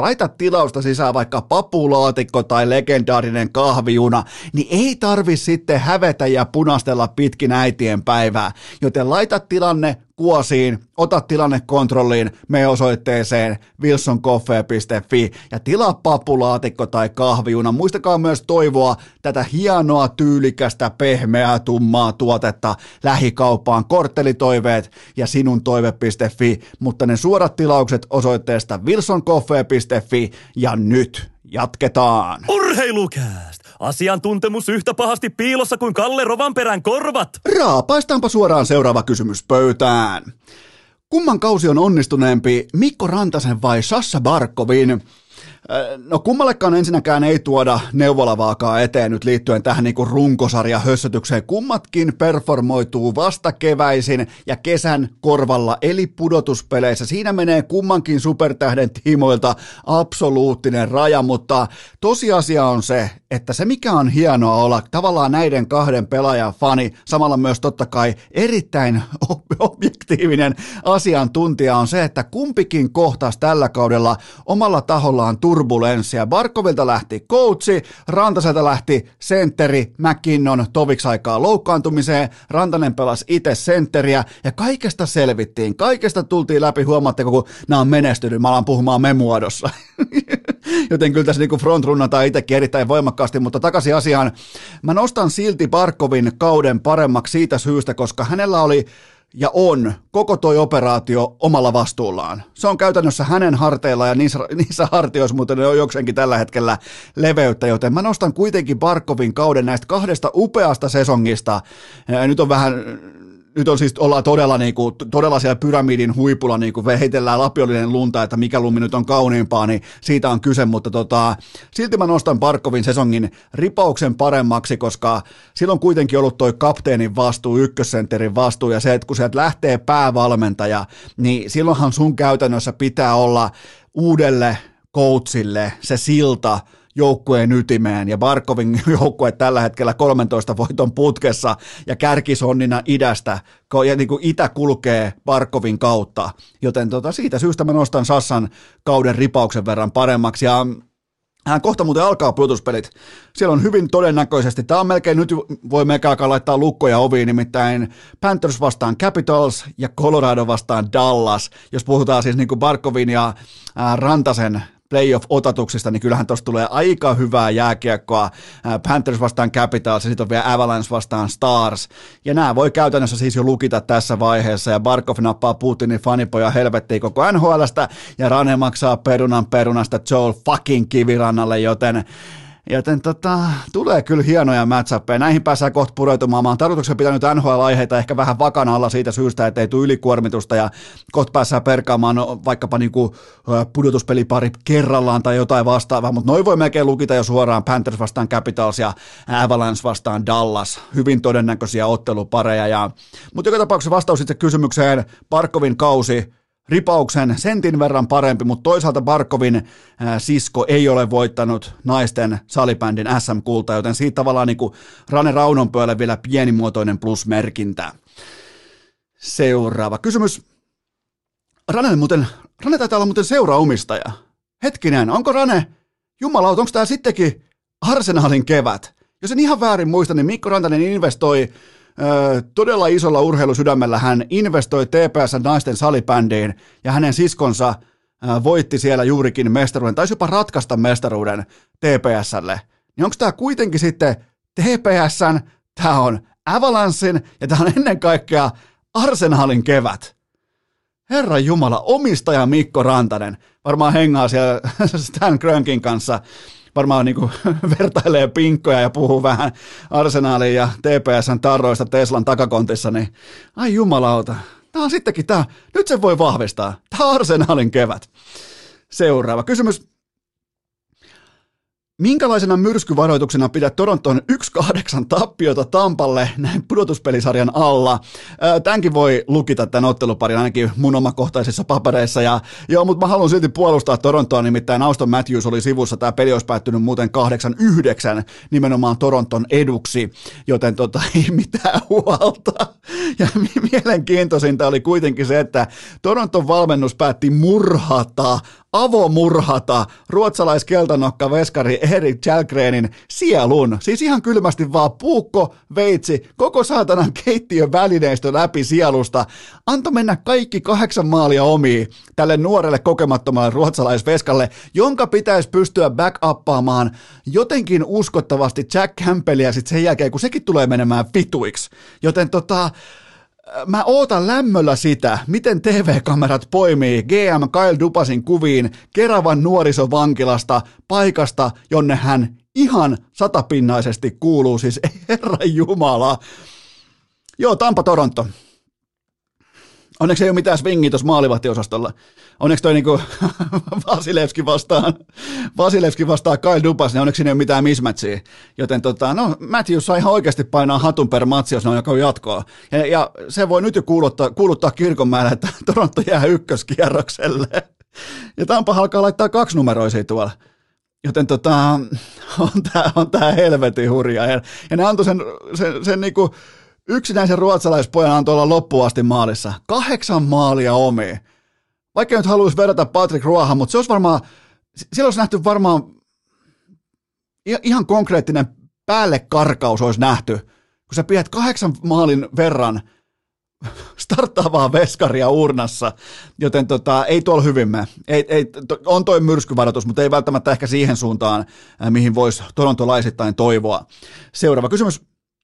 tilausta, laita tilausta sisään vaikka papulaatikko tai legendaarinen kahvijuna, niin ei tarvi sitten hävetä ja punastella pitkin äitien päivää, joten laita tilanne kuosiin, ota tilanne kontrolliin, mene osoitteeseen wilson coffee piste fi ja tilaa papulaatikko tai kahvijuna. Muistakaa myös toivoa tätä hienoa, tyylikästä, pehmeää, tummaa tuotetta lähikauppaan, korttelitoiveet ja sinuntoive piste fi, mutta ne suorat tilaukset osoitteesta wilson coffee piste fi ja nyt jatketaan. Urheilukääst! Asiantuntemus yhtä pahasti piilossa kuin Kalle Rovanperän korvat. Raapaistaanpa suoraan seuraava kysymys pöytään. Kumman kausi on onnistuneempi, Mikko Rantasen vai Sasha Barkovin? No kummallekaan ensinnäkään ei tuoda neuvolavaakaan eteen nyt liittyen tähän niin kuin runkosarjahössötykseen. Kummatkin performoituu vasta keväisin ja kesän korvalla eli pudotuspeleissä. Siinä menee kummankin supertähden tiimoilta absoluuttinen raja, mutta tosiasia on se, että se mikä on hienoa olla tavallaan näiden kahden pelaajan fani, samalla myös totta kai erittäin objektiivinen asiantuntija on se, että kumpikin kohtasi tällä kaudella omalla tahollaan turbulenssia. Barkovilta lähti coachi, Rantaselta lähti sentteri, McKinnon toviksi aikaa loukkaantumiseen, Rantanen pelasi itse sentteriä ja kaikesta selvittiin, kaikesta tultiin läpi, huomaatteko kun nämä on menestynyt, mä alan puhumaan memuodossa. Joten kyllä tässä niin frontrunnataan itsekin erittäin voimakkaasti, mutta takaisin asiaan. Mä nostan silti Barkovin kauden paremmaksi siitä syystä, koska hänellä oli ja on koko toi operaatio omalla vastuullaan. Se on käytännössä hänen harteilla ja niissä, niissä hartioissa muuten on jokseenkin tällä hetkellä leveyttä, joten mä nostan kuitenkin Barkovin kauden näistä kahdesta upeasta sesongista. Ja nyt on vähän... Nyt on siis, ollaan todella, niin kuin, todella siellä pyramidin huipulla, niin kuin heitellään lapiollinen lunta, että mikä lummi nyt on kauniimpaa, niin siitä on kyse, mutta tota, silti mä nostan Barkovin sesongin ripauksen paremmaksi, koska silloin kuitenkin ollut toi kapteenin vastuu, ykkössentterin vastuu, ja se, että kun sieltä lähtee päävalmentaja, niin silloinhan sun käytännössä pitää olla uudelle coachille se silta, joukkueen ytimeen, ja Barkovin joukkue tällä hetkellä kolmentoista voiton putkessa, ja kärkisonnina idästä, ja niin kuin itä kulkee Barkovin kautta, joten tota, siitä syystä mä nostan Sassan kauden ripauksen verran paremmaksi, ja hän kohta muuten alkaa pudotuspelit. Siellä on hyvin todennäköisesti, tämä on melkein, nyt voi melkein alkaa laittaa lukkoja oviin, nimittäin Panthers vastaan Capitals ja Colorado vastaan Dallas, jos puhutaan siis niin kuin Barkovin ja ää, Rantasen playoff-otatuksista, niin kyllähän tuossa tulee aika hyvää jääkiekkoa. Panthers vastaan Capitals ja sitten on vielä Avalanche vastaan Stars. Ja nämä voi käytännössä siis jo lukita tässä vaiheessa. Ja Barkov nappaa Putinin fanipoja helvettiin koko N H L:stä ja Rane maksaa perunan perunasta Joel fucking Kivirannalle, joten Joten tota, tulee kyllä hienoja match-uppeja. Näihin päässään kohta pureutumaan. Mä oon tarkoituksena pitänyt N H L-aiheita ehkä vähän vakana alla siitä syystä, ettei tule ylikuormitusta ja kohta päässään perkaamaan vaikkapa niinku pudotuspelipari kerrallaan tai jotain vastaavaa, mutta noin voi melkein lukita jo suoraan Panthers vastaan Capitals ja Avalanche vastaan Dallas. Hyvin todennäköisiä ottelupareja. Ja, mutta joka tapauksessa vastaus itse kysymykseen, Barkovin kausi, ripauksen sentin verran parempi, mutta toisaalta Barkovin ää, sisko ei ole voittanut naisten salibändin S M-kultaa, joten siitä tavallaan niin kuin Rane Raunonpöölle vielä pienimuotoinen plusmerkintä. Seuraava kysymys. Rane, muuten, Rane taitaa olla muuten seuraomistaja. Hetkinen, onko Rane, jumalauta, onko tämä sittenkin Arsenalin kevät? Jos en ihan väärin muista, niin Mikko Rantanen investoi todella isolla urheilusydämellä, hän investoi T P S:n naisten salibändiin ja hänen siskonsa voitti siellä juurikin mestaruuden, taisi jopa ratkaista mestaruuden T P S:lle. Niin onko tämä kuitenkin sitten T P S:n, tämä on Avalanchen ja tämä on ennen kaikkea Arsenalin kevät? Herra Jumala, omistaja Mikko Rantanen varmaan hengaa siellä Stan Kroenken kanssa, varmaan niin kuin vertailee pinkkoja ja puhuu vähän Arsenalin ja T P S:n tarroista Teslan takakontissa, niin ai jumalauta, tämä on sittenkin tämä, nyt se voi vahvistaa, tämä on Arsenalin kevät. Seuraava kysymys. Minkälaisena myrskyvaroituksena pidät Toronton yksi kahdeksan tappiota Tampalle näin pudotuspelisarjan alla? Tämänkin voi lukita tämän otteluparin ainakin mun omakohtaisissa papereissa. Ja, joo, mutta mä haluan silti puolustaa Torontoa, nimittäin Auston Matthews oli sivussa. Tämä peli olisi päättynyt muuten kahdeksan yhdeksän nimenomaan Toronton eduksi, joten tota, ei mitään huolta. Ja mielenkiintoisinta oli kuitenkin se, että Toronton valmennus päätti murhata avomurhata ruotsalaiskeltanokka veskari Erik Källgrenin sielun. Siis ihan kylmästi vaan puukko, veitsi, koko saatanan keittiön välineistö läpi sielusta. Antoi mennä kaikki kahdeksan maalia omiin tälle nuorelle kokemattomalle ruotsalaisveskalle, jonka pitäisi pystyä backuppaamaan jotenkin uskottavasti Jack Campbellia sitten sen jälkeen, kun sekin tulee menemään vituiksi. Joten tota... Mä ootan lämmöllä sitä, miten T V-kamerat poimii G M Kyle Dubasin kuviin Keravan nuorisovankilasta, paikasta, jonne hän ihan satapinnaisesti kuuluu, siis Herran Jumala. Joo, Tampa Toronto. Onneksi ei ole mitään swingia tuossa maalivahtiosastolla. Onneksi toi niinku Vasilevski vastaan, Vasilevski vastaan Kyle Dubas, niin onneksi siinä ei ole mitään mismatchia. Joten tota, no, Matthews sai ihan oikeasti painaa hatun per matsi, jos ne on joka jatkoa. Ja, ja se voi nyt jo kuuluttaa, kuuluttaa Kirkonmäelle, että Toronto jää ykköskierrokselle. Ja Tampa alkaa laittaa kaksinumeroisia tuolla. Joten tota, on tää, on tää helvetin hurjaa. Ja, ja ne antoi sen, sen, sen niinku yksinäisen ruotsalaispojan antoi olla loppuun asti maalissa. Kahdeksan maalia omiin. Vaikka nyt haluaisi verrata Patrick Roahan, mutta se olisi varmaan, siellä olisi nähty varmaan ihan konkreettinen päällekarkaus olisi nähty, kun sä pidät kahdeksan maalin verran starttaavaa veskaria urnassa, joten tota, ei tuolla hyvin mene. Ei, ei, to, on toi myrskyvaroitus, mutta ei välttämättä ehkä siihen suuntaan, äh, mihin voisi torontolaisittain toivoa. Seuraava kysymys.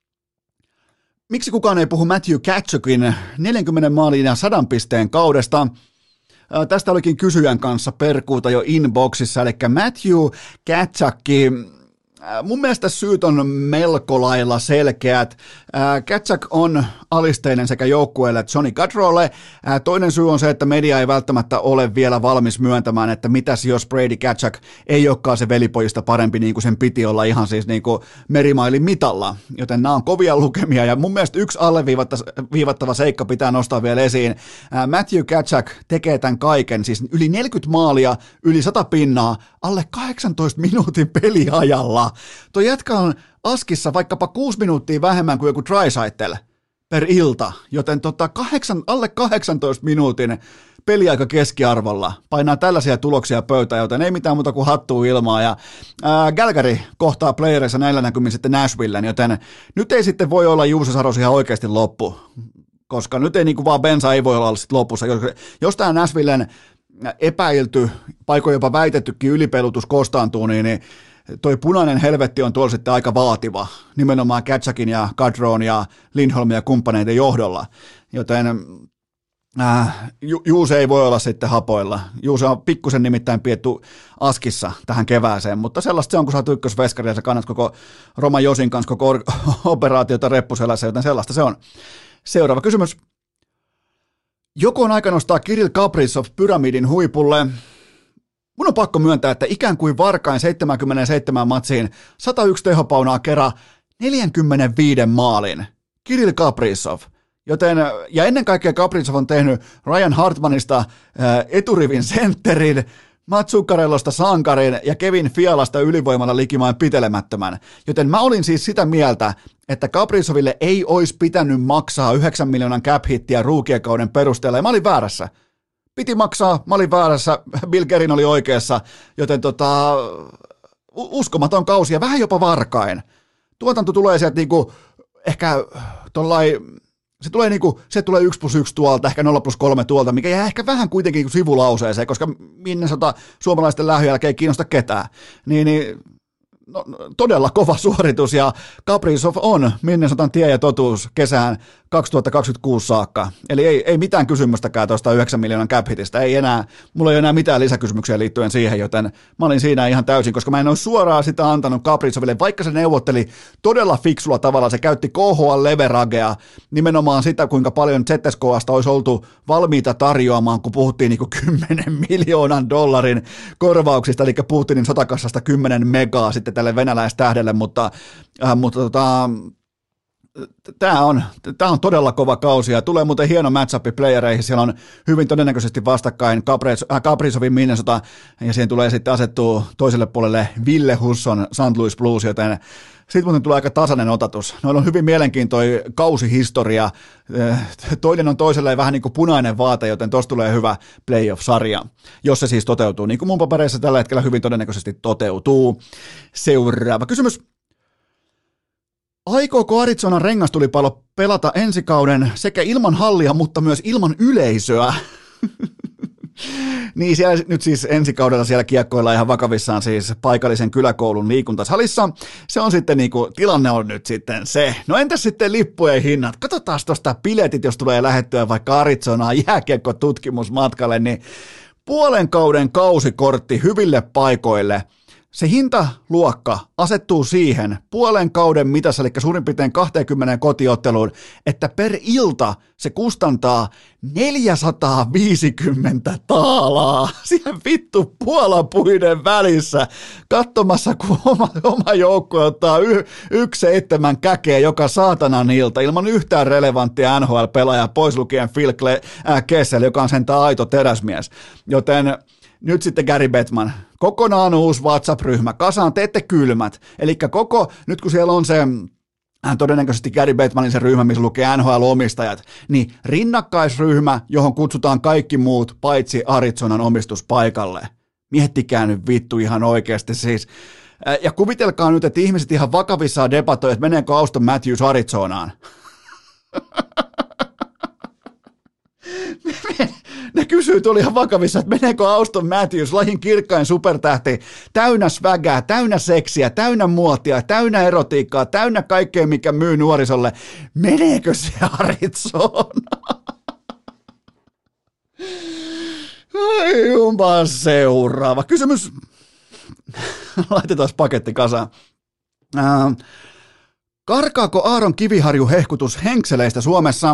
Miksi kukaan ei puhu Matthew Tkachuk'in neljänkymmenen maalin ja sadan pisteen kaudesta? Ää, tästä olikin kysyjän kanssa perkuuta jo inboxissa, eli Matthew Tkachuk, mun mielestä syyt on melko lailla selkeät. Tkachuk on alisteinen sekä joukkueelle että Johnny Gaudreaulle. Toinen syy on se, että media ei välttämättä ole vielä valmis myöntämään, että mitäs jos Brady Tkachuk ei olekaan se velipojista parempi niin kuin sen piti olla ihan siis niin kuin merimailin mitalla. Joten nämä on kovia lukemia ja mun mielestä yksi alleviivattava seikka pitää nostaa vielä esiin. Matthew Tkachuk tekee tämän kaiken, siis yli neljäkymmentä maalia, yli sata pinnaa, alle kahdeksantoista minuutin peliajalla. Tuo jätkä on askissa vaikkapa kuusi minuuttia vähemmän kuin joku Draisaitl per ilta, joten tota kahdeksan, alle kahdeksantoista minuutin peliaika keskiarvolla painaa tällaisia tuloksia pöytään, joten ei mitään muuta kuin hattua ilmaa. Ja ää, Calgary kohtaa playerissa näillä näkymin sitten Nashvillen, joten nyt ei sitten voi olla Juuse Saros ihan oikeasti loppu, koska nyt ei niin kuin vaan bensa ei voi olla sitten lopussa. Jos, jos tämä Nashvillen epäilty, paikoin jopa väitettykin ylipelutus kostaantuu, niin, niin toi punainen helvetti on tuolla sitten aika vaativa, nimenomaan Katsakin ja Gaudreaun ja Lindholmin ja kumppaneiden johdolla, joten äh, Ju- Juuse ei voi olla sitten hapoilla. Juuse on pikkusen nimittäin pietty askissa tähän kevääseen, mutta sellaista se on, kun sä oot ykkösveskari ja sä kannat koko Roman Josin kanssa koko or- operaatiota reppuselässä, joten sellaista se on. Seuraava kysymys. Joko on aika nostaa Kirill Kaprizov pyramidin huipulle? Mun on pakko myöntää, että ikään kuin Varkain seitsemänkymmentäseitsemän matsiin sata yksi tehopaunaa kerran neljäkymmentäviisi maalin. Kirill Kaprizov. Joten, ja ennen kaikkea Kaprizov on tehnyt Ryan Hartmanista ää, eturivin sentterin, Matt Zuccarellosta sankarin ja Kevin Fialasta ylivoimalla likimain pitelemättömän. Joten mä olin siis sitä mieltä, että Kaprizoville ei olisi pitänyt maksaa yhdeksän miljoonan cap-hittiä ruukiekauden perusteella, ja mä olin väärässä. Piti maksaa, mä olin väärässä, Bill Guerin oli oikeassa, joten tota, uskomaton kausi ja vähän jopa Varkain. Tuotanto tulee sieltä niinku, ehkä tollai, se tulee niinku, se tulee yksi plus yksi tuolta, ehkä nolla plus kolme tuolta, mikä jää ehkä vähän kuitenkin niinku sivulauseeseen, koska Minnesota suomalaisten lähdön jälkeen ei kiinnosta ketään. Niin, niin no, todella kova suoritus ja Kaprizov on Minnesotan tie ja totuus kesään kaksituhattakaksikymmentäkuusi saakka. Eli ei, ei mitään kysymystäkään tuosta yhdeksän miljoonan cap-hitistä. Ei enää, mulla ei ole enää mitään lisäkysymyksiä liittyen siihen, joten mä olin siinä ihan täysin, koska mä en ole suoraan sitä antanut Kaprizoville, vaikka se neuvotteli todella fiksulla tavalla. Se käytti K H L-leveragea, nimenomaan sitä, kuinka paljon Z S K A:sta olisi oltu valmiita tarjoamaan, kun puhuttiin niin kuin kymmenen miljoonan dollarin korvauksista, eli Putinin sotakassasta kymmenen megaa sitten tälle venäläistähdelle, mutta, äh, mutta tota, Tämä on, tämä on todella kova kausi ja tulee muuten hieno match-up playereihin. Siellä on hyvin todennäköisesti vastakkain Kaprizovin Minnesota ja siihen tulee sitten asettua toiselle puolelle Ville Husson Saint Louis Blues, joten sitten muuten tulee aika tasainen otatus. Noilla on hyvin mielenkiintoinen kausihistoria. Toinen on toiselle vähän niin kuin punainen vaate, joten tuossa tulee hyvä playoff-sarja, jos se siis toteutuu. Niin kuin mun papereissa tällä hetkellä hyvin todennäköisesti toteutuu. Seuraava kysymys. Aikooko Arizonan rengastulipallo pelata ensi kauden sekä ilman hallia, mutta myös ilman yleisöä? Niin siellä nyt siis ensi kaudella siellä kiekkoilla ihan vakavissaan siis paikallisen kyläkoulun liikuntasalissa. Se on sitten niinku, tilanne on nyt sitten se. No entäs sitten lippujen hinnat? Katsotaan tuosta biletit, jos tulee lähettyä vaikka Arizonaan jääkiekkotutkimusmatkalle, niin puolen kauden kausikortti hyville paikoille. Se hintaluokka asettuu siihen puolen kauden mitassa, eli suurin piirtein kaksikymmentä kotiotteluun, että per ilta se kustantaa neljäsataaviisikymmentä taalaa siellä vittu puolapuiden välissä, katsomassa kun oma, oma joukkue ottaa y, yksi seitsemän käkeä joka saatanan ilta, ilman yhtään relevanttia N H L-pelaajaa, pois lukien Phil Cle- äh, Kessel, joka on sentään aito teräsmies, joten nyt sitten Gary Bettman, kokonaan uusi WhatsApp-ryhmä, kasaan teette kylmät, eli koko, nyt kun siellä on se todennäköisesti Gary Bettmanin se ryhmä, missä lukee N H L-omistajat, niin rinnakkaisryhmä, johon kutsutaan kaikki muut, paitsi Arizonan omistuspaikalle. Miettikää nyt vittu ihan oikeasti siis. Ja kuvitelkaa nyt, että ihmiset ihan vakavissaan debatoi, että meneekö Auston Matthews Arizonaan. Ne kysyy tuli ihan vakavissa, että meneekö Auston Matthews, lajin kirkkain supertähti, täynnä svägää, täynnä seksiä, täynnä muotia, täynnä erotiikkaa, täynnä kaikkea, mikä myy nuorisolle. Meneekö se Arizonaan? Ai jumala, seuraava kysymys. Laitetaan paketti kasaan. Äh, karkaako Aaron Kiviharju hehkutus henkseleistä Suomessa?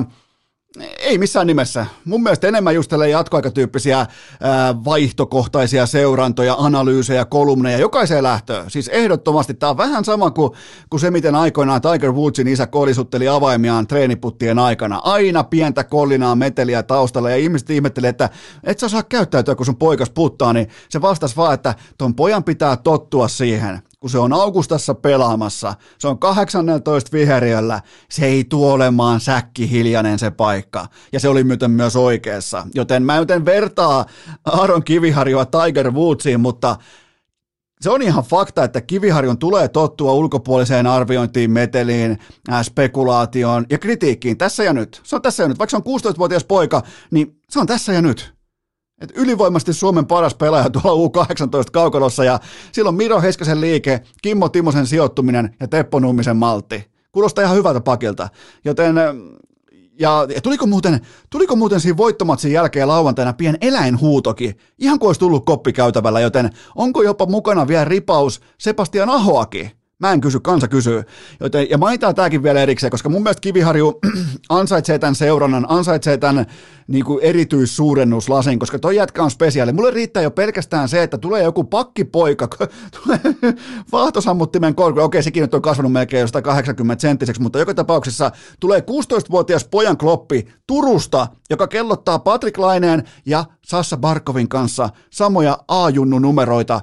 Ei missään nimessä. Mun mielestä enemmän just tällä jatkoaikatyyppisiä ää, vaihtokohtaisia seurantoja, analyysejä, kolumneja, jokaiseen lähtöön. Siis ehdottomasti tämä on vähän sama kuin, kuin se, miten aikoinaan Tiger Woodsin isä kolisutteli avaimiaan treeniputtien aikana. Aina pientä kollinaa, meteliä taustalla ja ihmiset ihmettelee, että et sä saa käyttäytyä, kun sun poikas puttaa, niin se vastasi vaan, että ton pojan pitää tottua siihen. Kun se on Augustassa pelaamassa, se on kahdeksannellatoista viheriöllä, se ei tule olemaan säkkihiljainen se paikka. Ja se oli myöten myös oikeassa. Joten mä joten vertaa Aaron Kiviharjua Tiger Woodsiin, mutta se on ihan fakta, että Kiviharjun tulee tottua ulkopuoliseen arviointiin, meteliin, spekulaatioon ja kritiikkiin tässä ja nyt. Se on tässä ja nyt. Vaikka se on kuusitoistavuotias poika, niin se on tässä ja nyt. Et ylivoimasti Suomen paras pelaaja tuolla U kahdeksantoista kaukalossa ja silloin Miro Heiskasen liike, Kimmo Timosen sijoittuminen ja Teppo Nummisen maltti. Kuulostaa ihan hyvältä pakilta. Joten, ja, ja tuliko, muuten, tuliko muuten siinä voittomatsin jälkeen lauantaina pien eläinhuutokin, ihan kuin olisi tullut koppikäytävällä, joten onko jopa mukana vielä ripaus Sebastian Ahoakin? Mä en kysy, kansa kysyy. Joten, ja mainitaan tämäkin vielä erikseen, koska mun mielestä Kiviharju ansaitsee tämän seurannan, ansaitsee tämän niin kuin erityissuurennuslasin, koska toi jätkä on spesiaali. Mulle riittää jo pelkästään se, että tulee joku pakkipoika, tulee vaahtosammuttimen korku, okei sekin nyt on kasvanut melkein jo sata kahdeksankymmentä senttiseksi, mutta joka tapauksessa tulee kuusitoistavuotias pojan kloppi Turusta, joka kellottaa Patrick Laineen ja Sassa Barkovin kanssa samoja A-junnu numeroita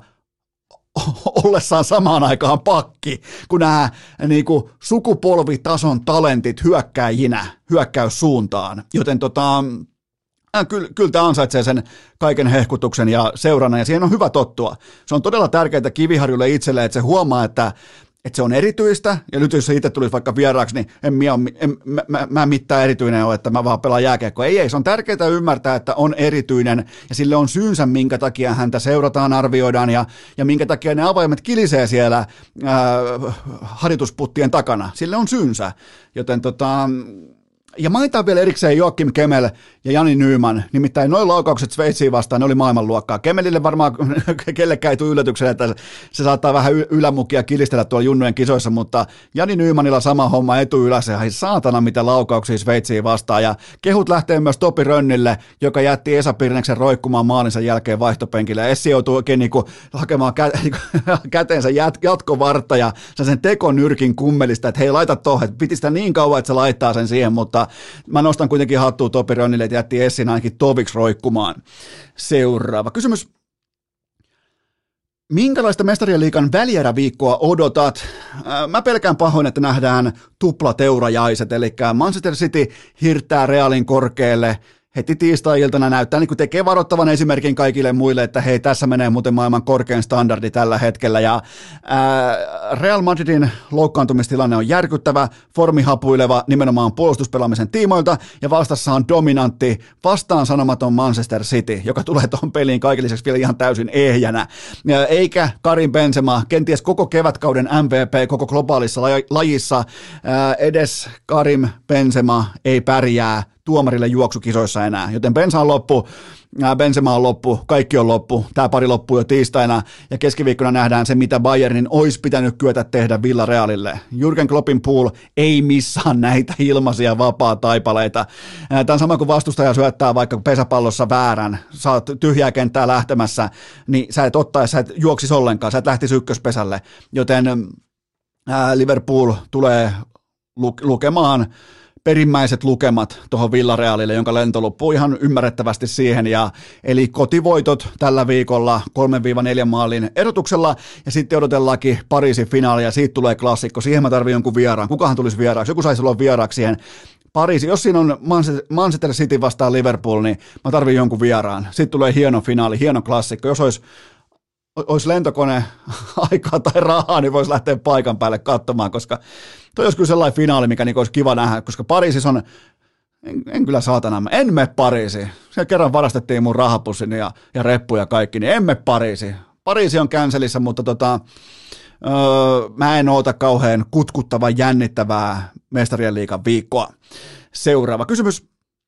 ollessaan samaan aikaan pakki, kun nämä niin kuin sukupolvitason talentit hyökkäjinä hyökkäyssuuntaan. Joten tota, äh, kyllä, kyllä tämä ansaitsee sen kaiken hehkutuksen ja seurannan, ja siihen on hyvä tottua. Se on todella tärkeää Kiviharjulle itselleen, että se huomaa, että että se on erityistä, ja nyt jos se itse tulisi vaikka vieraaksi, niin en, en, en, mä, mä, mä mitään erityinen ole, että mä vaan pelaan jääkiekkoa. Ei, ei, se on tärkeää ymmärtää, että on erityinen, ja sille on syynsä, minkä takia häntä seurataan, arvioidaan, ja, ja minkä takia ne avaimet kilisee siellä ää, harjoitusputtien takana. Sille on syynsä, joten tota, Ja mainitaan vielä erikseen Joakim Kemel ja Jani Nyman, nimittäin noin laukaukset Sveitsiin vastaan, ne oli maailmanluokkaa. Kemelille varmaan kellekään ei tule yllätyksenä, että se saattaa vähän ylämukia kilistellä tuolla junnujen kisoissa, mutta Jani Nymanilla sama homma etuylässä, ja saatana mitä laukauksia Sveitsiin vastaan. Ja kehut lähtee myös Topi Rönnille, joka jätti Esa Pirneksen roikkumaan maalinsa jälkeen vaihtopenkille. Essi joutuu oikein niinku hakemaan kä- käteensä jat- jatkovartta ja sen tekonyrkin kummelista, että hei laita tohon, että piti sitä niin kauan, että se laittaa sen siihen, mutta mä nostan kuitenkin hattua Topi Rönnille, että jätti Essin ainakin toviksi roikkumaan. Seuraava kysymys. Minkälaista Mestarien liigan välieräviikkoa odotat? Mä pelkään pahoin, että nähdään tuplateurajaiset, eli Manchester City hirttää Realin korkealle. Heti tiistai-iltana näyttää, niin kuin tekee varoittavan esimerkin kaikille muille, että hei, tässä menee muuten maailman korkein standardi tällä hetkellä. Ja ää, Real Madridin loukkaantumistilanne on järkyttävä, formi hapuileva nimenomaan puolustuspelaamisen tiimoilta, ja vastassa on dominantti, vastaan sanomaton Manchester City, joka tulee tuohon peliin kaiken lisäksi vielä ihan täysin ehjänä. Ja eikä Karim Benzema, kenties koko kevätkauden M V P koko globaalissa lajissa, ää, edes Karim Benzema ei pärjää tuomarille juoksukisoissa enää, joten Benza on loppu, Benzema on loppu, kaikki on loppu, tämä pari loppuu jo tiistaina, ja keskiviikkona nähdään se, mitä Bayernin olisi pitänyt kyetä tehdä Villarealille. Jürgen Kloppin pool ei missaa näitä ilmaisia vapaa-taipaleita. Tämä on sama kuin vastustaja syöttää vaikka pesäpallossa väärän, sä oot tyhjää kenttää lähtemässä, niin sä et ottaisi, sä et juoksisi ollenkaan, sä et lähtisi ykköspesälle, joten ää, Liverpool tulee lu- lukemaan perimmäiset lukemat tuohon Villarealille, jonka lento loppuu ihan ymmärrettävästi siihen, ja eli kotivoitot tällä viikolla kolme neljä maalin erotuksella, ja sitten odotellaankin Pariisin finaalia, ja siitä tulee klassikko, siihen mä tarvitsen jonkun vieraan, kukahan tulisi vieraaksi, joku saisi olla vieraaksi siihen Pariisi, jos siinä on Manchester City vastaan Liverpool, niin mä tarvitsen jonkun vieraan, sitten tulee hieno finaali, hieno klassikko, jos olisi olisi lentokone aikaa tai rahaa, niin voisi lähteä paikan päälle katsomaan, koska toi olisi kyllä sellainen finaali, mikä niin olisi kiva nähdä, koska Pariisissa on, en, en kyllä saatana, en mene Pariisiin. Siellä kerran varastettiin mun rahapussin ja, ja reppu ja kaikki, niin en mene Pariisiin. Pariisi on cancelissä, mutta tota, öö, mä en oota kauhean kutkuttavaa, jännittävää Mestarien liigan viikkoa. Seuraava kysymys.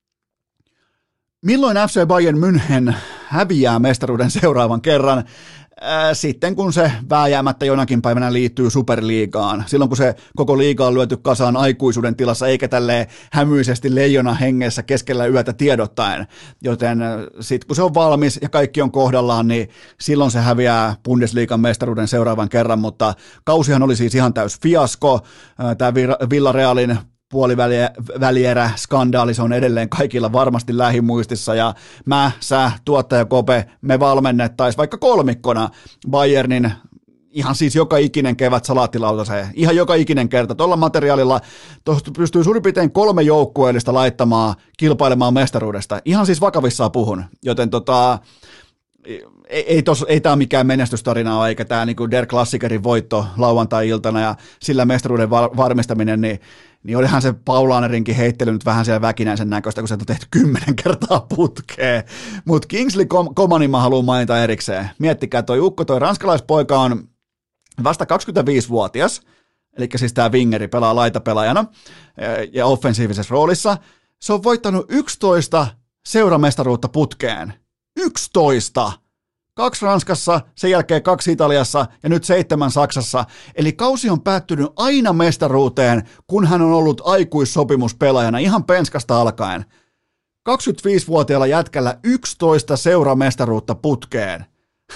Milloin F C Bayern München häviää mestaruuden seuraavan kerran? Ää, sitten kun se vääjäämättä jonakin päivänä liittyy Superliigaan. Silloin kun se koko liiga on lyöty kasaan aikuisuuden tilassa, eikä tälleen hämyisesti leijona hengessä keskellä yötä tiedottaen. Joten sitten kun se on valmis ja kaikki on kohdallaan, niin silloin se häviää Bundesliigan mestaruuden seuraavan kerran. Mutta kausihan oli siis ihan täys fiasko. Tämä Villarealin puolivälierä skandaali, se on edelleen kaikilla varmasti lähimuistissa, ja mä, sä, tuottaja Kope, me valmennettaisiin vaikka kolmikkona Bayernin ihan siis joka ikinen kevät salaattilautaseen, ihan joka ikinen kerta. Tuolla materiaalilla tuosta pystyy suurin piirtein kolme joukkueellista laittamaan kilpailemaan mestaruudesta. Ihan siis vakavissaan puhun, joten tota, ei, ei, tos, ei tämä ole mikään menestystarina ole, eikä tämä niinku Der Klassikerin voitto lauantai-iltana ja sillä mestaruuden varmistaminen, niin niin olihan se Paulaanerinkin heittely nyt vähän siellä väkinäisen näköistä, kun se on tehty kymmenen kertaa putkeen. Mutta Kingsley Comanin mä haluan mainita erikseen. Miettikää, toi ukko, toi ranskalaispoika on vasta kaksikymmentäviisivuotias, eli siis tämä wingeri pelaa laitapelaajana ja offensiivisessa roolissa. Se on voittanut yksitoista seuramestaruutta putkeen. yksitoista! Kaksi Ranskassa, sen jälkeen kaksi Italiassa ja nyt seitsemän Saksassa. Eli kausi on päättynyt aina mestaruuteen, kun hän on ollut aikuissopimuspelaajana ihan penskasta alkaen. kaksikymmentäviisivuotiaalla jätkällä yksitoista seuramestaruutta putkeen.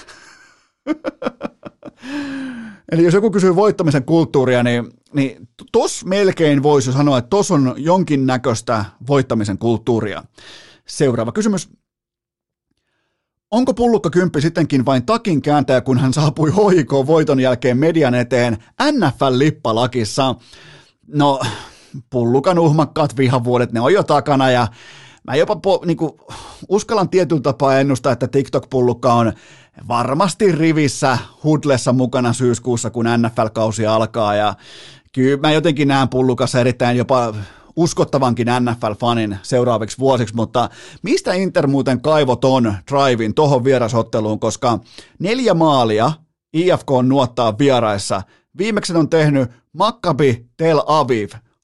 Eli jos joku kysyy voittamisen kulttuuria, niin, niin tos melkein voisi sanoa, että tos on jonkinnäköistä voittamisen kulttuuria. Seuraava kysymys. Onko Pullukka Kymppi sittenkin vain takin kääntäjä, kun hän saapui H J K-voiton jälkeen median eteen N F L-lippalakissa? No, Pullukan uhmakkaat vihavuodet, ne on jo takana, ja mä jopa po, niinku, uskallan tietyllä tapaa ennustaa, että TikTok-pullukka on varmasti rivissä Hudlessa mukana syyskuussa, kun N F L-kausi alkaa, ja kyllä mä jotenkin näen Pullukassa erittäin jopa uskottavankin N F L-fanin seuraaviksi vuosiksi, mutta mistä Inter muuten kaivoi ton drivein tohon vierasotteluun, koska neljä maalia I F K on nuottaa vieraissa. Viimeksi on tehnyt Maccabi Tel Aviv,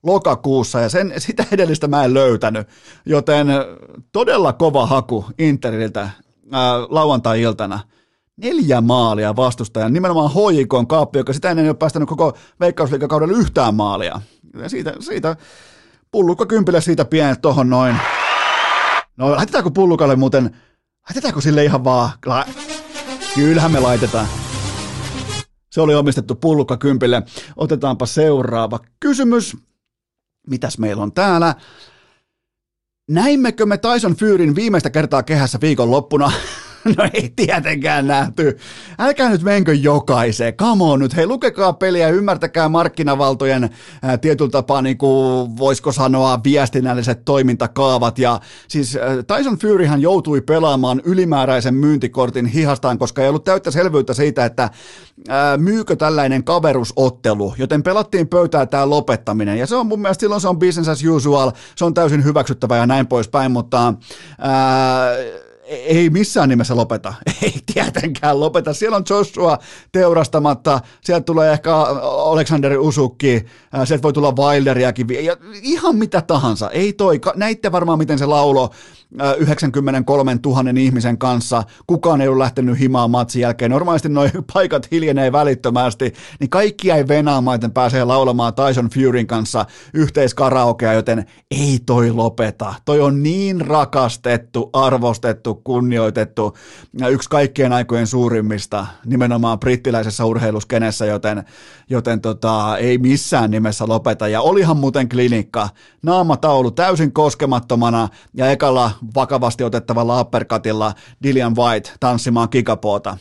lokakuussa ja sen, sitä edellistä mä en löytänyt, joten todella kova haku Interiltä ää, lauantai-iltana. Neljä maalia vastustajan, nimenomaan H J K:n kaappi, joka sitä ennen ei ole päästänyt koko Veikkausliigakaudella yhtään maalia. Ja siitä, siitä pullukka kympille siitä pienet tohon noin. No laitetaanko pullukalle muuten, laitetaanko sille ihan vaan, kyllähän me laitetaan. Se oli omistettu pullukka kympille. Otetaanpa seuraava kysymys. Mitäs meillä on täällä? Näimmekö me Tyson Furyn viimeistä kertaa kehässä viikonloppuna? No ei tietenkään nähty. Älkää nyt menkö jokaiseen. Come on nyt. Hei, lukekaa peliä ja ymmärtäkää markkinavaltojen ää, tietyllä tapaa, niin kuin voisiko sanoa, viestinnälliset toimintakaavat. Ja siis ää, Tyson Furyhan joutui pelaamaan ylimääräisen myyntikortin hihastaan, koska ei ollut täyttä selvyyttä siitä, että ää, myykö tällainen kaverusottelu. Joten pelattiin pöytää tämä lopettaminen. Ja se on mun mielestä silloin se on business as usual. Se on täysin hyväksyttävä ja näin poispäin, mutta Ää, ei missään nimessä lopeta, ei tietenkään lopeta. Siellä on Joshua teurastamatta, sieltä tulee ehkä Aleksanderi Usukki, sieltä voi tulla Wilderiakin, ja ihan mitä tahansa. Ei toi, näitte varmaan miten se laulo yhdeksänkymmentäkolmetuhatta ihmisen kanssa, kukaan ei ole lähtenyt himaan matsin jälkeen. Normaalisti nuo paikat hiljenee välittömästi, niin kaikki ei venaamaan, että pääsee laulamaan Tyson Furyn kanssa yhteiskaraokea, joten ei toi lopeta. Toi on niin rakastettu, arvostettu, kunnioitettu, yksi kaikkien aikojen suurimmista, nimenomaan brittiläisessä urheiluskenessä, joten, joten tota, ei missään nimessä lopeta. Ja olihan muuten klinikka, naamataulu täysin koskemattomana ja ekalla vakavasti otettavalla uppercutilla Dillian White tanssimaan kikapoota.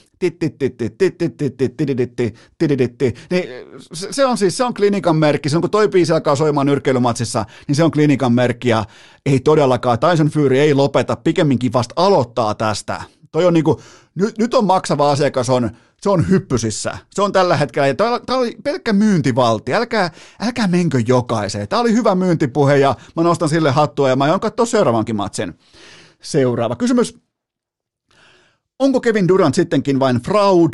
Niin se on siis, se on klinikan merkki. Se on kun toi biisi alkaa soimaan nyrkkeilymatsissa, niin se on klinikan merkki ja ei todellakaan. Tyson Fury ei lopeta, pikemminkin vasta aloittaa tästä. Toi on niinku, nyt, nyt on maksava asiakas, on, se on hyppysissä. Se on tällä hetkellä, ja tämä oli pelkkä myyntivaltti. Älkää, älkää menkö jokaiseen. Tämä oli hyvä myyntipuhe ja mä nostan sille hattua ja mä aion katsoa seuraavankin matsin. Seuraava kysymys. Onko Kevin Durant sittenkin vain fraud?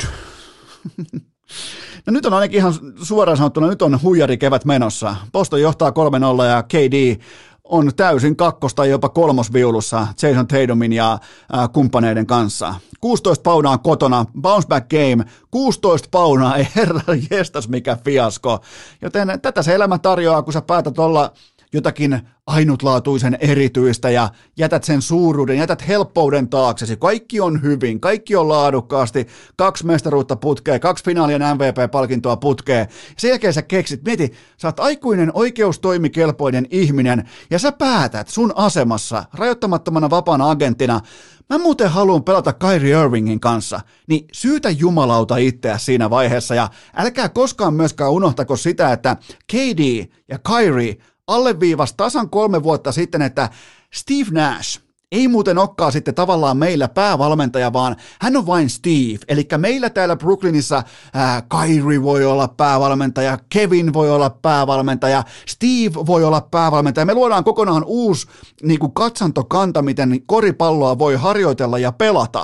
No nyt on ainakin ihan suoraan sanottuna, nyt on huijari kevät menossa. Boston johtaa kolme nolla ja K D on täysin kakkos- tai jopa kolmosviulussa Jason Tatumin ja äh, kumppaneiden kanssa. kuusitoista paunaa kotona, bounce back game, kuusitoista paunaa, ei herra jestas mikä fiasko. Joten tätä se elämä tarjoaa, kun sä päätät olla jotakin ainutlaatuisen erityistä ja jätät sen suuruuden, jätät helppouden taaksesi. Kaikki on hyvin, kaikki on laadukkaasti, kaksi mestaruutta putkee, kaksi finaalien M V P-palkintoa putkee. Sen jälkeen sä keksit, mieti, sä oot aikuinen oikeustoimikelpoinen ihminen ja sä päätät sun asemassa rajoittamattomana vapaana agenttina, mä muuten haluan pelata Kyrie Irvingin kanssa, niin syytä jumalauta itseä siinä vaiheessa ja älkää koskaan myöskään unohtako sitä, että K D ja Kyrie alleviivasi tasan kolme vuotta sitten, että Steve Nash ei muuten olekaan sitten tavallaan meillä päävalmentaja, vaan hän on vain Steve. Eli meillä täällä Brooklynissa ää, Kyrie voi olla päävalmentaja, Kevin voi olla päävalmentaja, Steve voi olla päävalmentaja. Me luodaan kokonaan uusi niin kuin katsantokanta, miten koripalloa voi harjoitella ja pelata.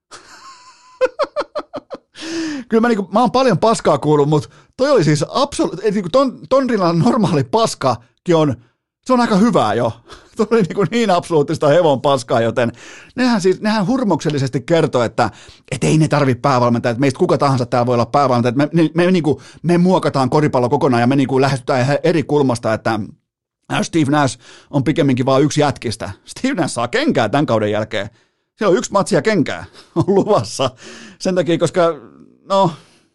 Kyllä mä, niin kuin, mä oon paljon paskaa kuullut, mutta toi oli siis absoluutti, niin ton, ton rinnan normaali paskakin on, se on aika hyvää jo. Toi oli niin, niin absoluuttista hevon paskaa, joten nehän, siis, nehän hurmoksellisesti kertoo, että et ei ne tarvitse päävalmentajaa, että meistä kuka tahansa täällä voi olla päävalmentaja, että me, me, me, niin kuin, me muokataan koripallo kokonaan ja me niin kuin lähestytään eri kulmasta, että Steve Nash on pikemminkin vain yksi jätkistä. Steve Nash saa kenkää tämän kauden jälkeen. Siellä on yksi matsi ja kenkää on luvassa sen takia, koska no,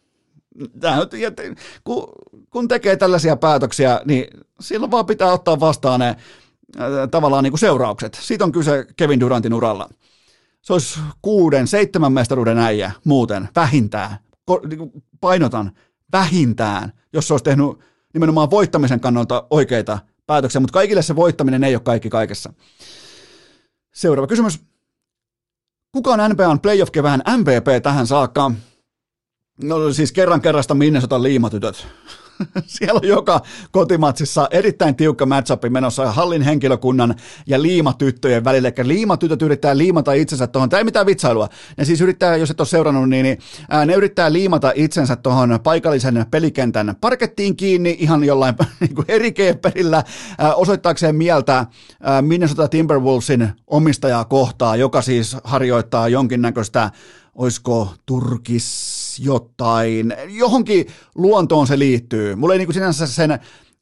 kun, kun tekee tällaisia päätöksiä, niin silloin vaan pitää ottaa vastaan ne äh, tavallaan niin kuin seuraukset. Siitä on kyse Kevin Durantin uralla. Se olisi kuuden, seitsemän mestaruuden äijä muuten, vähintään. Painotan, vähintään, jos se olisi tehnyt nimenomaan voittamisen kannalta oikeita päätöksiä, mutta kaikille se voittaminen ei ole kaikki kaikessa. Seuraava kysymys. Kuka on N B A:n playoff-kevään M V P tähän saakka? No siis kerran kerrasta Minnesotan liimatytöt. Siellä on joka kotimatsissa erittäin tiukka matchup menossa hallin henkilökunnan ja liimatyttöjen välillä. Eli liimatytöt yrittää liimata itsensä tuohon, tämä ei mitään vitsailua. Ne siis yrittää, jos et ole seurannut, niin, niin ää, ne yrittää liimata itsensä tuohon paikallisen pelikentän parkettiin kiinni ihan jollain niin kuin eri keepperillä ää, osoittaakseen mieltä ää, Minnesota Timberwolvesin omistajaa kohtaa, joka siis harjoittaa jonkinnäköistä, olisiko Turkis jotain, johonkin luontoon se liittyy. Mulla ei niin kuin sinänsä sen,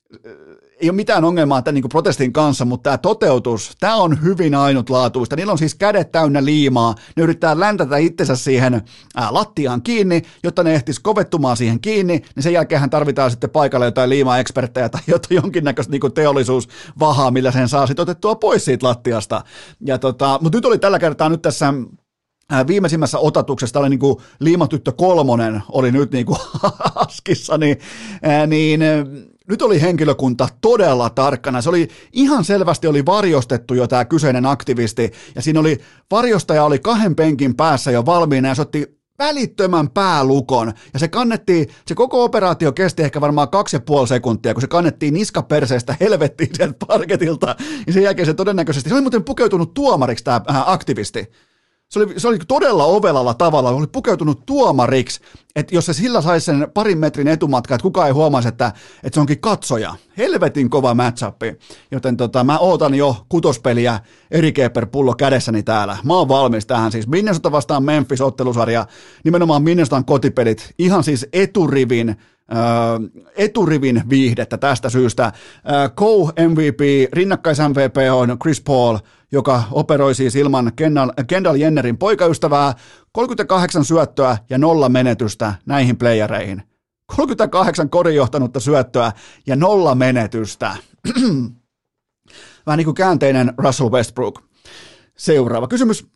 ei ole mitään ongelmaa tämän niin kuin protestin kanssa, mutta tämä toteutus, tämä on hyvin ainutlaatuista. Niillä on siis kädet täynnä liimaa, ne yrittää läntätä itsensä siihen ää, lattiaan kiinni, jotta ne ehtis kovettumaan siihen kiinni, niin sen jälkeen tarvitaan sitten paikalle jotain liimaeksperttejä tai jotain jonkinnäköistä niin kuin teollisuusvahaa, millä sen saa sitten otettua pois siitä lattiasta. Ja tota, mutta nyt oli tällä kertaa nyt tässä viimeisimmässä otatuksessa, oli niin kuin liimatyttö kolmonen, oli nyt niin kuin askissa, niin, ää, niin nyt oli henkilökunta todella tarkkana. Se oli ihan selvästi oli varjostettu jo tämä kyseinen aktivisti, ja siinä oli, varjostaja oli kahden penkin päässä jo valmiina, ja se otti välittömän päälukon, ja se kannettiin, se koko operaatio kesti ehkä varmaan kaksi ja puoli sekuntia, kun se kannettiin niskaperseestä helvettiin sieltä parketilta, ja sen jälkeen se todennäköisesti, se oli muuten pukeutunut tuomariksi tämä aktivisti. Se oli, se oli todella ovelalla tavalla, oli pukeutunut tuomariksi, että jos se sillä saisi sen parin metrin etumatka, että kukaan ei huomaisi, että, että se onkin katsoja. Helvetin kova matchup, joten tota, mä ootan jo kutospeliä eri keeper-pullo kädessäni täällä. Mä oon valmis tähän siis. Minnesota vastaan Memphis-ottelusarja, nimenomaan Minnesotan kotipelit, ihan siis eturivin, Uh, eturivin viihdettä tästä syystä. Uh, Co-M V P, rinnakkais-M V P on Chris Paul, joka operoi siis ilman Kendall, Kendall Jennerin poikaystävää, kolmekymmentäkahdeksan syöttöä ja nolla menetystä näihin playereihin. kolmekymmentäkahdeksan korinjohtanutta syöttöä ja nolla menetystä. Vähän niin kuin käänteinen Russell Westbrook. Seuraava kysymys.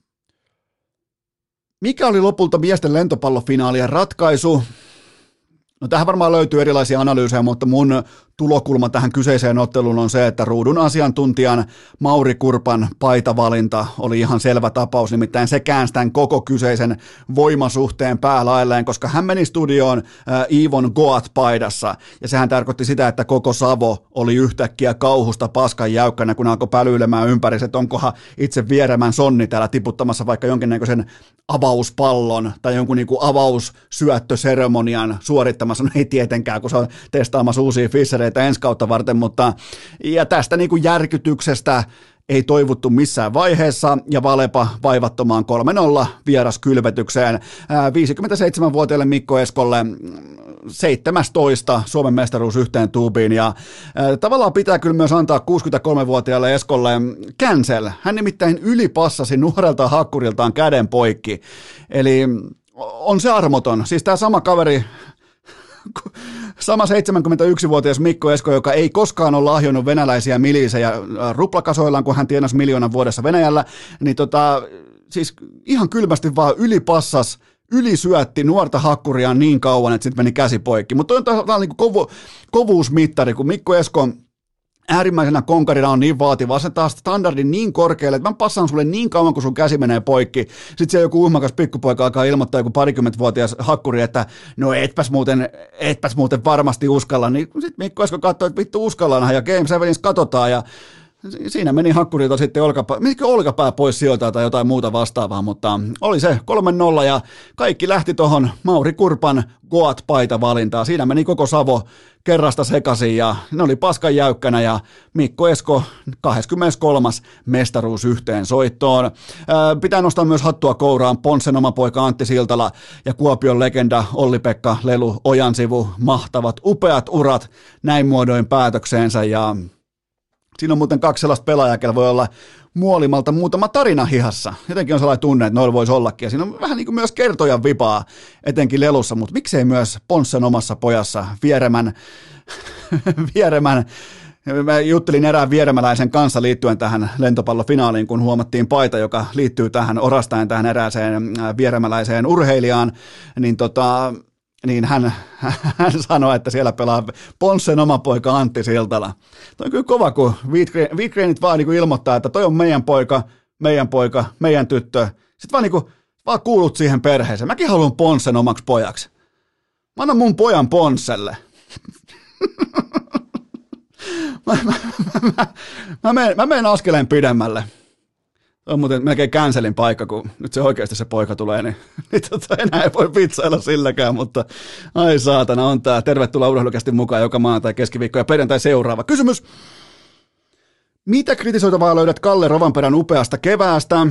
Mikä oli lopulta miesten lentopallofinaalien ratkaisu? No tähän varmaan löytyy erilaisia analyysejä, mutta mun tulokulma tähän kyseiseen otteluun on se, että ruudun asiantuntijan Mauri Kurpan paitavalinta oli ihan selvä tapaus, nimittäin se käänsi tämän koko kyseisen voimasuhteen päälailleen, koska hän meni studioon äh, Iivon Goat-paidassa, ja sehän tarkoitti sitä, että koko Savo oli yhtäkkiä kauhusta paskan jäykkänä, kun alkoi pälyilemään ympäri, että onkohan itse Vieremän Sonni täällä tiputtamassa vaikka jonkinnäköisen avauspallon tai jonkun niin kuin avaussyöttöseremonian suorittamassa, no ei tietenkään, kun se on testaamassa uusia fissereitä ensi kautta varten, mutta ja tästä niin kuin järkytyksestä ei toivuttu missään vaiheessa, ja Valepa vaivattomaan kolme nolla vieraskylvetykseen. viisikymmentäseitsemänvuotiaalle Mikko Eskolle seitsemästoista Suomen mestaruus yhteen tuubiin, ja tavallaan pitää kyllä myös antaa kuusikymmentäkolmevuotiaalle Eskolle cancel. Hän nimittäin ylipassasi nuorelta hakkuriltaan käden poikki, eli on se armoton. Siis tämä sama kaveri, sama seitsemänkymmentäyksivuotias Mikko Esko, joka ei koskaan ole lahjonnut venäläisiä miliisejä ruplakasoillaan, kun hän tienasi miljoonan vuodessa Venäjällä, niin tota, siis ihan kylmästi vaan ylipassas, ylisyötti nuorta hakkuriaan niin kauan, että sitten meni käsi poikki. Mutta on tämä niin kovu, kovuusmittari, kun Mikko Esko äärimmäisenä konkarina on niin vaativa, se taas standardin niin korkealle, että mä passaan sulle niin kauan, kun sun käsi menee poikki. Sitten siellä joku uhmakas pikkupoika alkaa ilmoittaa joku parikymmentävuotias hakkuri, että no etpäs muuten, etpäs muuten varmasti uskalla. Niin sitten Mikko Esko katsoi, että vittu uskallaan, ja Game Sevenissä katsotaan, ja siinä meni hakkurilta sitten olkapää, menikö olkapää pois sieltä tai jotain muuta vastaavaa, mutta oli se kolme nolla, ja kaikki lähti tuohon Mauri Kurpan Goat-paita-valintaan. Siinä meni koko Savo kerrasta sekaisin, ja ne oli paskan jäykkänä, ja Mikko Esko kaksikymmentäkolmas mestaruus yhteen soittoon. Ää, pitää nostaa myös hattua kouraan Ponssen oma poika Antti Siltala ja Kuopion legenda Olli-Pekka Lelu Ojansivu. Mahtavat, upeat urat näin muodoin päätökseensä, ja siinä on muuten kaksi sellaista pelaajaa, joilla voi olla muolimalta muutama tarina hihassa. Jotenkin on sellainen tunne, että noilla voisi ollakin. Ja siinä on vähän niin kuin myös kertojan vipaa, etenkin Lelussa, mutta miksei myös Ponssen omassa pojassa, Vieremän, Vieremän. Mä juttelin erään vieremäläisen kanssa liittyen tähän lentopallofinaaliin, kun huomattiin paita, joka liittyy tähän orastaen tähän erääseen vieremäläiseen urheilijaan, niin tota... niin hän, hän sanoi, että siellä pelaa Ponssen oma poika Antti Siltala. Toi on kyllä kova, kun Wheatgrainit vaan niin ilmoittaa, että toi on meidän poika, meidän poika, meidän tyttö. Sitten vaan, niin kuin, vaan kuulut siihen perheeseen. Mäkin haluan Ponssen omaksi pojaksi. Mä annan mun pojan Ponsselle. mä, mä, mä, mä, menen, mä menen askeleen pidemmälle. On muuten melkein cancelin paikka, kun nyt se oikeasti se poika tulee, niin, niin tota, enää ei voi vitsailla silläkään, mutta ai saatana, on tää. Tervetuloa Urheilukästin mukaan joka maanantai, keskiviikko ja perjantai seuraava. Kysymys. Mitä kritisoitavaa löydät Kalle Rovanperän upeasta keväästä?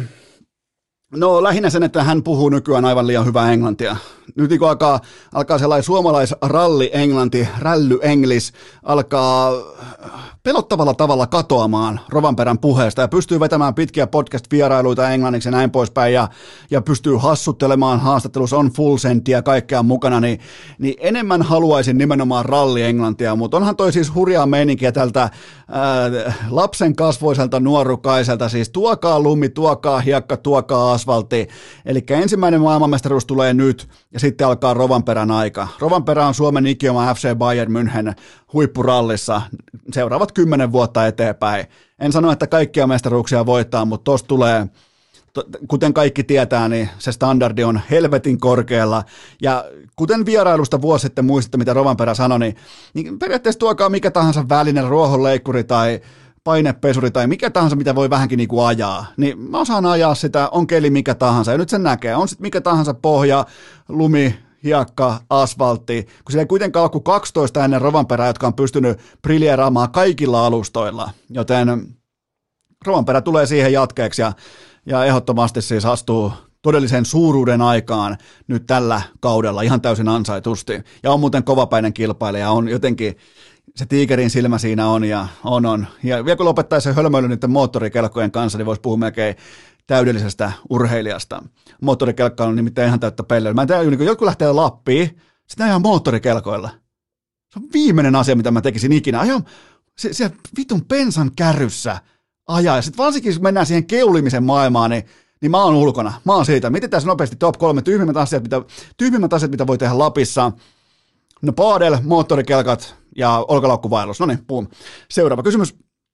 No lähinnä sen, että hän puhuu nykyään aivan liian hyvää englantia. Nyt kun alkaa, alkaa sellainen suomalais-ralli-englanti, rälly-englis, alkaa pelottavalla tavalla katoamaan Rovanperän puheesta ja pystyy vetämään pitkiä podcast-vierailuita englanniksi ja näin poispäin ja, ja pystyy hassuttelemaan haastattelussa, on full senttiä ja kaikkea mukana, niin, niin enemmän haluaisin nimenomaan ralli-englantia, mutta onhan toi siis hurjaa meininkiä tältä ää, lapsen kasvoiselta nuorukaiselta, siis tuokaa lumi, tuokaa hiekka, tuokaa asfaltti, eli ensimmäinen maailmanmestaruus tulee nyt ja sitten alkaa Rovanperän aika. Rovanperä on Suomen ikioma F C Bayern München huippurallissa seuraavat kymmenen vuotta eteenpäin. En sano, että kaikkia mestaruuksia voittaa, mutta tuossa tulee, kuten kaikki tietää, niin se standardi on helvetin korkealla. Ja kuten vierailusta vuosi sitten muistatte, mitä Rovanperä sanoi, niin, niin periaatteessa tuokaa mikä tahansa välinen ruohonleikkuri tai painepesuri tai mikä tahansa, mitä voi vähänkin niin kuin ajaa, niin mä osaan ajaa sitä, on keli mikä tahansa, ja nyt sen näkee, on sitten mikä tahansa pohja, lumi, hiekka, asfaltti, kun siellä ei kuitenkaan ole kuin kaksitoista ennen Rovanperää, jotka on pystynyt briljeeraamaan kaikilla alustoilla, joten Rovanperä tulee siihen jatkeeksi, ja, ja ehdottomasti siis astuu todellisen suuruuden aikaan nyt tällä kaudella ihan täysin ansaitusti, ja on muuten kovapäinen kilpailija, on jotenkin se tiikerin silmä siinä on ja on on. Ja vielä kun lopettaisi se hölmöily niiden moottorikelkkojen kanssa, niin voisi puhua melkein täydellisestä urheilijasta. Moottorikelkka on nimittäin ihan täyttä pellejä. Mä en tiedä, kun jotkut lähtee Lappiin, sitten ihan moottorikelkoilla. Se on viimeinen asia, mitä mä tekisin ikinä. Ajan se, se vitun pensan kärryssä ajaa. Ja sitten varsinkin, kun mennään siihen keulimisen maailmaan, niin, niin mä oon ulkona. Mä oon siitä. Miten tässä nopeasti top kolme tyhmimmät asiat, mitä, tyhmimmät asiat, mitä voi tehdä Lapissa? No paadel, moottorikelkat ja olkalaukkuvaellus. No niin, puum. Seuraava kysymys.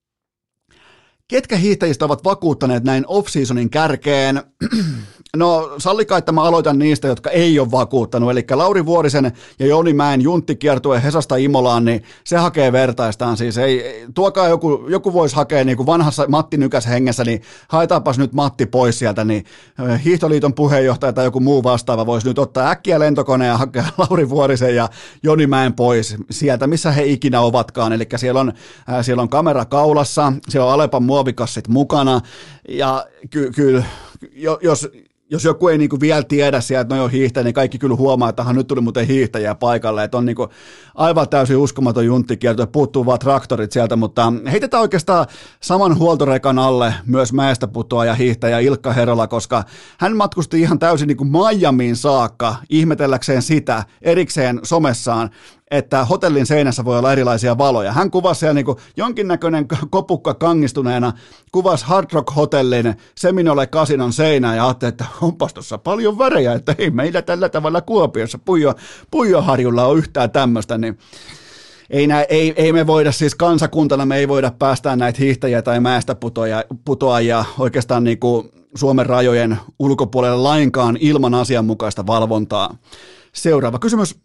Ketkä hiihtäjistä ovat vakuuttaneet näin off-seasonin kärkeen? No sallikaa, että mä aloitan niistä, jotka ei ole vakuuttanut, eli Lauri Vuorisen ja Joni Mäen junttikiertue Hesasta Imolaan, niin se hakee vertaistaan, siis ei, tuokaa joku, joku voisi hakea niin kuin vanhassa Matti Nykäs hengessä, niin haetaanpas nyt Matti pois sieltä, niin Hiihtoliiton puheenjohtaja tai joku muu vastaava voisi nyt ottaa äkkiä lentokoneen ja hakea Lauri Vuorisen ja Joni Mäen pois sieltä, missä he ikinä ovatkaan, eli siellä on, äh, siellä on kamera kaulassa, siellä on Alepan muovikassit mukana, ja kyllä ky, jos Jos joku ei niinku vielä tiedä sieltä, että no jo hiihtäjä, niin kaikki kyllä huomaa, että nyt tuli muuten hiihtäjiä paikalle, että on niinku aivan täysin uskomaton junttikierto, ja puuttuu vaan traktorit sieltä, mutta heitetään oikeastaan saman huoltorekan alle myös mäestä putoaja hiihtäjä Ilkka Herola, koska hän matkusti ihan täysin niinku Miamiin saakka ihmetelläkseen sitä erikseen somessaan, että hotellin seinässä voi olla erilaisia valoja. Hän kuvasi siellä niin kuin jonkinnäköinen kopukka kangistuneena, kuvasi Hard Rock Hotellin Seminole Casinon seinää ja ajatteli, että onpas tuossa paljon värejä, että ei meillä tällä tavalla Kuopiossa Puijo, Puijoharjulla ole yhtään tämmöistä, niin ei, nää, ei, ei me voida siis kansakuntana, me ei voida päästää näitä hiihtäjiä tai mäestä putoajia, putoajia oikeastaan niin kuin Suomen rajojen ulkopuolelle lainkaan ilman asianmukaista valvontaa. Seuraava kysymys.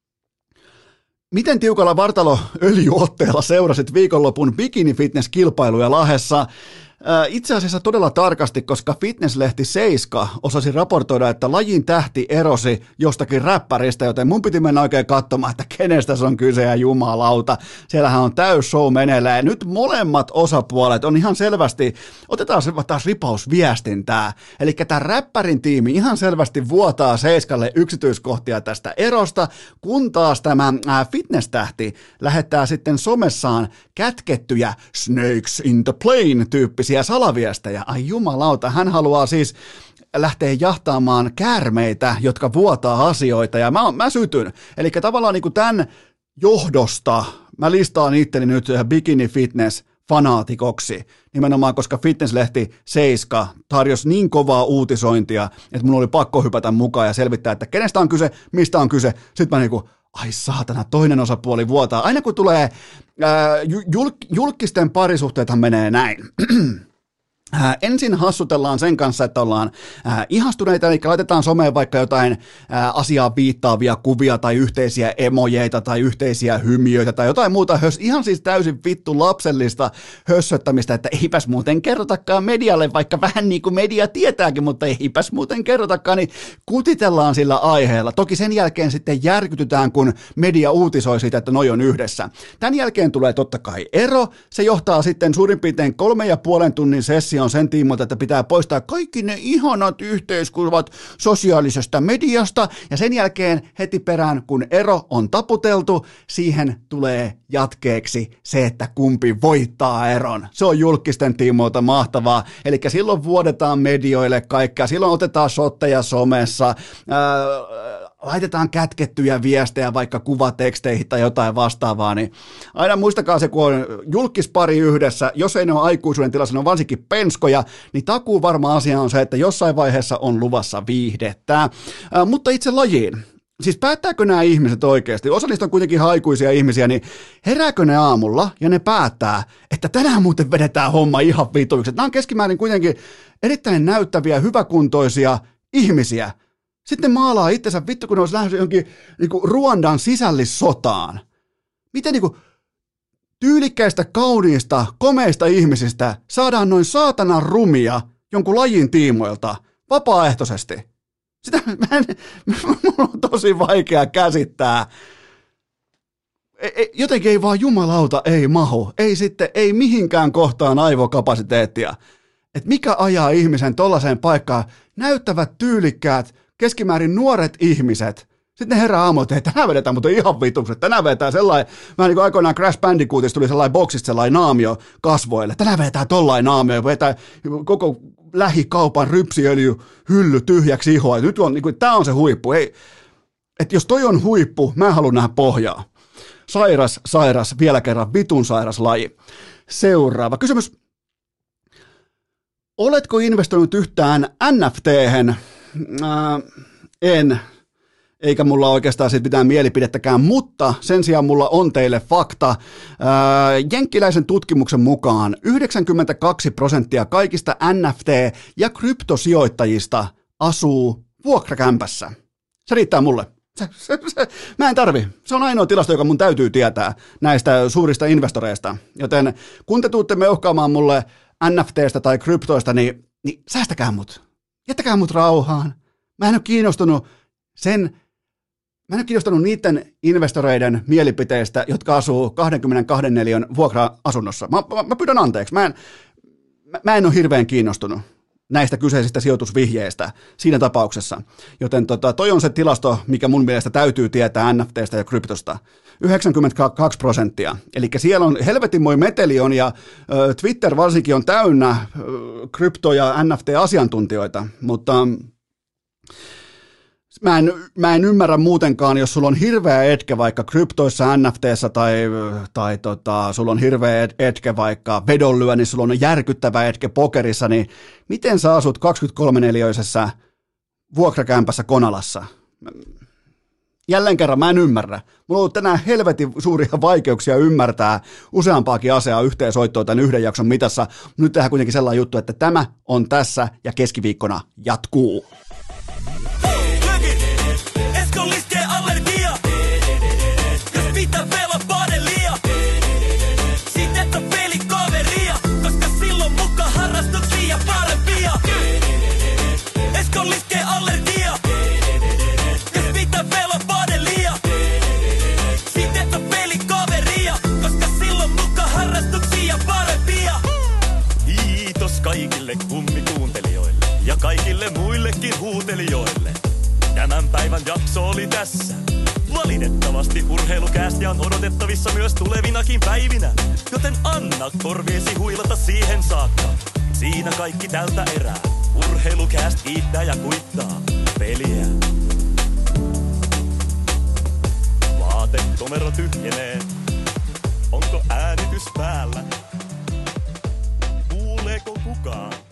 Miten tiukalla vartaloöljyotteella seurasit viikonlopun bikini-fitness-kilpailuja Lahdessa? Itse asiassa todella tarkasti, koska fitnesslehti Seiska osasi raportoida, että lajin tähti erosi jostakin räppäristä, joten mun piti mennä oikein katsomaan, että kenestä se on kyse ja jumalauta. Siellähän on täys show meneillään ja nyt molemmat osapuolet on ihan selvästi, otetaan se taas ripausviestintää, eli tämä räppärin tiimi ihan selvästi vuotaa Seiskalle yksityiskohtia tästä erosta, kun taas tämä fitness-tähti lähettää sitten somessaan kätkettyjä Snakes in the Plane -tyyppisiä salaviestejä. Ai jumalauta, hän haluaa siis lähteä jahtaamaan käärmeitä, jotka vuotaa asioita, ja mä, mä sytyn. Eli tavallaan niin kuin tämän johdosta mä listaan itteni nyt bikini fitness fanaatikoksi, nimenomaan koska fitnesslehti Seiska tarjosi niin kovaa uutisointia, että mun oli pakko hypätä mukaan ja selvittää, että kenestä on kyse, mistä on kyse. Sitten mä niinku, ai saatana, toinen osapuoli vuotaa. Aina kun tulee, ää, julk, julkisten parisuhteethan menee näin. Äh, ensin hassutellaan sen kanssa, että ollaan äh, ihastuneita, eli laitetaan someen vaikka jotain äh, asiaa viittaavia kuvia tai yhteisiä emojeita tai yhteisiä hymiöitä tai jotain muuta, hös, ihan siis täysin vittu lapsellista hössöttämistä, että eipäs muuten kerrotakaan medialle, vaikka vähän niin kuin media tietääkin, mutta eipäs muuten kerrotakaan, niin kutitellaan sillä aiheella. Toki sen jälkeen sitten järkytytään, kun media uutisoi siitä, että noi on yhdessä. Tämän jälkeen tulee totta kai ero, se johtaa sitten suurin piirtein kolme ja puolen tunnin session on sen tiimoilta, että pitää poistaa kaikki ne ihanat yhteiskuvat sosiaalisesta mediasta, ja sen jälkeen heti perään, kun ero on taputeltu, siihen tulee jatkeeksi se, että kumpi voittaa eron. Se on julkisten tiimoilta mahtavaa, eli silloin vuodetaan medioille kaikkea, silloin otetaan shotteja somessa, ää, laitetaan kätkettyjä viestejä vaikka kuvateksteihin tai jotain vastaavaa, niin aina muistakaa se, kun on julkispari yhdessä, jos ei ne ole aikuisuuden tilassa, ne on varsinkin penskoja, niin takuu varma asia on se, että jossain vaiheessa on luvassa viihdettä. Ää, mutta itse lajiin. Siis päättääkö nämä ihmiset oikeasti? Osa niistä on kuitenkin aikuisia ihmisiä, niin herääkö ne aamulla ja ne päättää, että tänään muuten vedetään homma ihan vituiksi. Nämä on keskimäärin kuitenkin erittäin näyttäviä, hyväkuntoisia ihmisiä. Sitten maalaa itsensä, vittu kun ne olisi lähdössä johonkin niin kuin Ruandan sisällissotaan. Miten niin kuin tyylikkäistä, kauniista, komeista ihmisistä saadaan noin saatanan rumia jonkun lajin tiimoilta vapaaehtoisesti? Sitä mä en, mulla on tosi vaikea käsittää. E, e, jotenkin ei vaan jumalauta, ei mahu. Ei sitten, ei mihinkään kohtaan aivokapasiteettia. Et mikä ajaa ihmisen tollaiseen paikkaan? Näyttävät tyylikkäät, keskimäärin nuoret ihmiset. Sitten ne herää aamulla, että hei, tänään vedetään mutta ihan vitukset. Tänään vedetään sellainen, vähän niin kuin aikoinaan Crash Bandicootissa tuli sellainen boksista sellainen naamio kasvoille. Tänään vedetään tollainen naamio ja vedetään koko lähikaupan rypsiöljy hylly tyhjäksi ihoa. Nyt on, niin kuin, tää on se huippu. Ei, että jos toi on huippu, mä haluan nähdä pohjaa. Sairas, sairas, vielä kerran vitun sairas laji. Seuraava kysymys. Oletko investoinut yhtään N F T:hen? Äh, en. Eikä mulla oikeastaan siitä mitään mielipidettäkään, mutta sen sijaan mulla on teille fakta. Ää, jenkkiläisen tutkimuksen mukaan yhdeksänkymmentäkaksi prosenttia kaikista N F T- ja kryptosijoittajista asuu vuokrakämpässä. Se riittää mulle. Se, se, se, mä en tarvi. Se on ainoa tilasto, joka mun täytyy tietää näistä suurista investoreista. Joten kun te tuutte meuhkaamaan mulle N F T:stä tai kryptoista, niin, niin säästäkää mut. Jättäkää mut rauhaan. Mä en ole kiinnostunut sen... Mä en ole kiinnostunut niiden investoreiden mielipiteistä, jotka asuu kaksikymmentäkaksi neliön vuokra-asunnossa. Mä, mä, mä pyydän anteeksi. Mä en, mä, mä en ole hirveän kiinnostunut näistä kyseisistä sijoitusvihjeistä siinä tapauksessa. Joten tota, toi on se tilasto, mikä mun mielestä täytyy tietää N F T:stä ja kryptosta. yhdeksänkymmentäkaksi prosenttia. Eli siellä on helvetinmoi meteli on ja ö, Twitter varsinkin on täynnä ö, krypto- ja N F T-asiantuntijoita, mutta... Mä en, mä en ymmärrä muutenkaan, jos sulla on hirveä etke vaikka kryptoissa, N F T:ssä tai, tai tota, sulla on hirveä etke vaikka vedonlyönnissä, sulla on järkyttävä etke pokerissa, niin miten sä asut kaksikymmentäkolme neliöisessä vuokrakämpässä Konalassa? Jälleen kerran mä en ymmärrä. Mulla on ollut tänään helvetin suuria vaikeuksia ymmärtää useampaakin asiaa yhteensoittoa tämän yhden jakson mitassa. Nyt tehdään kuitenkin sellainen juttu, että tämä on tässä ja keskiviikkona jatkuu. Kaikille kummikuuntelijoille ja kaikille muillekin huutelijoille. Tämän päivän jakso oli tässä. Valitettavasti urheilukäästiä on odotettavissa myös tulevinakin päivinä, joten anna korviesi huilata siihen saakka. Siinä kaikki tältä erää. Urheilukääst kiittää ja kuittaa peliä. Vaatekomero tyhjenee. Onko äänitys päällä? Kuuleeko kukaan?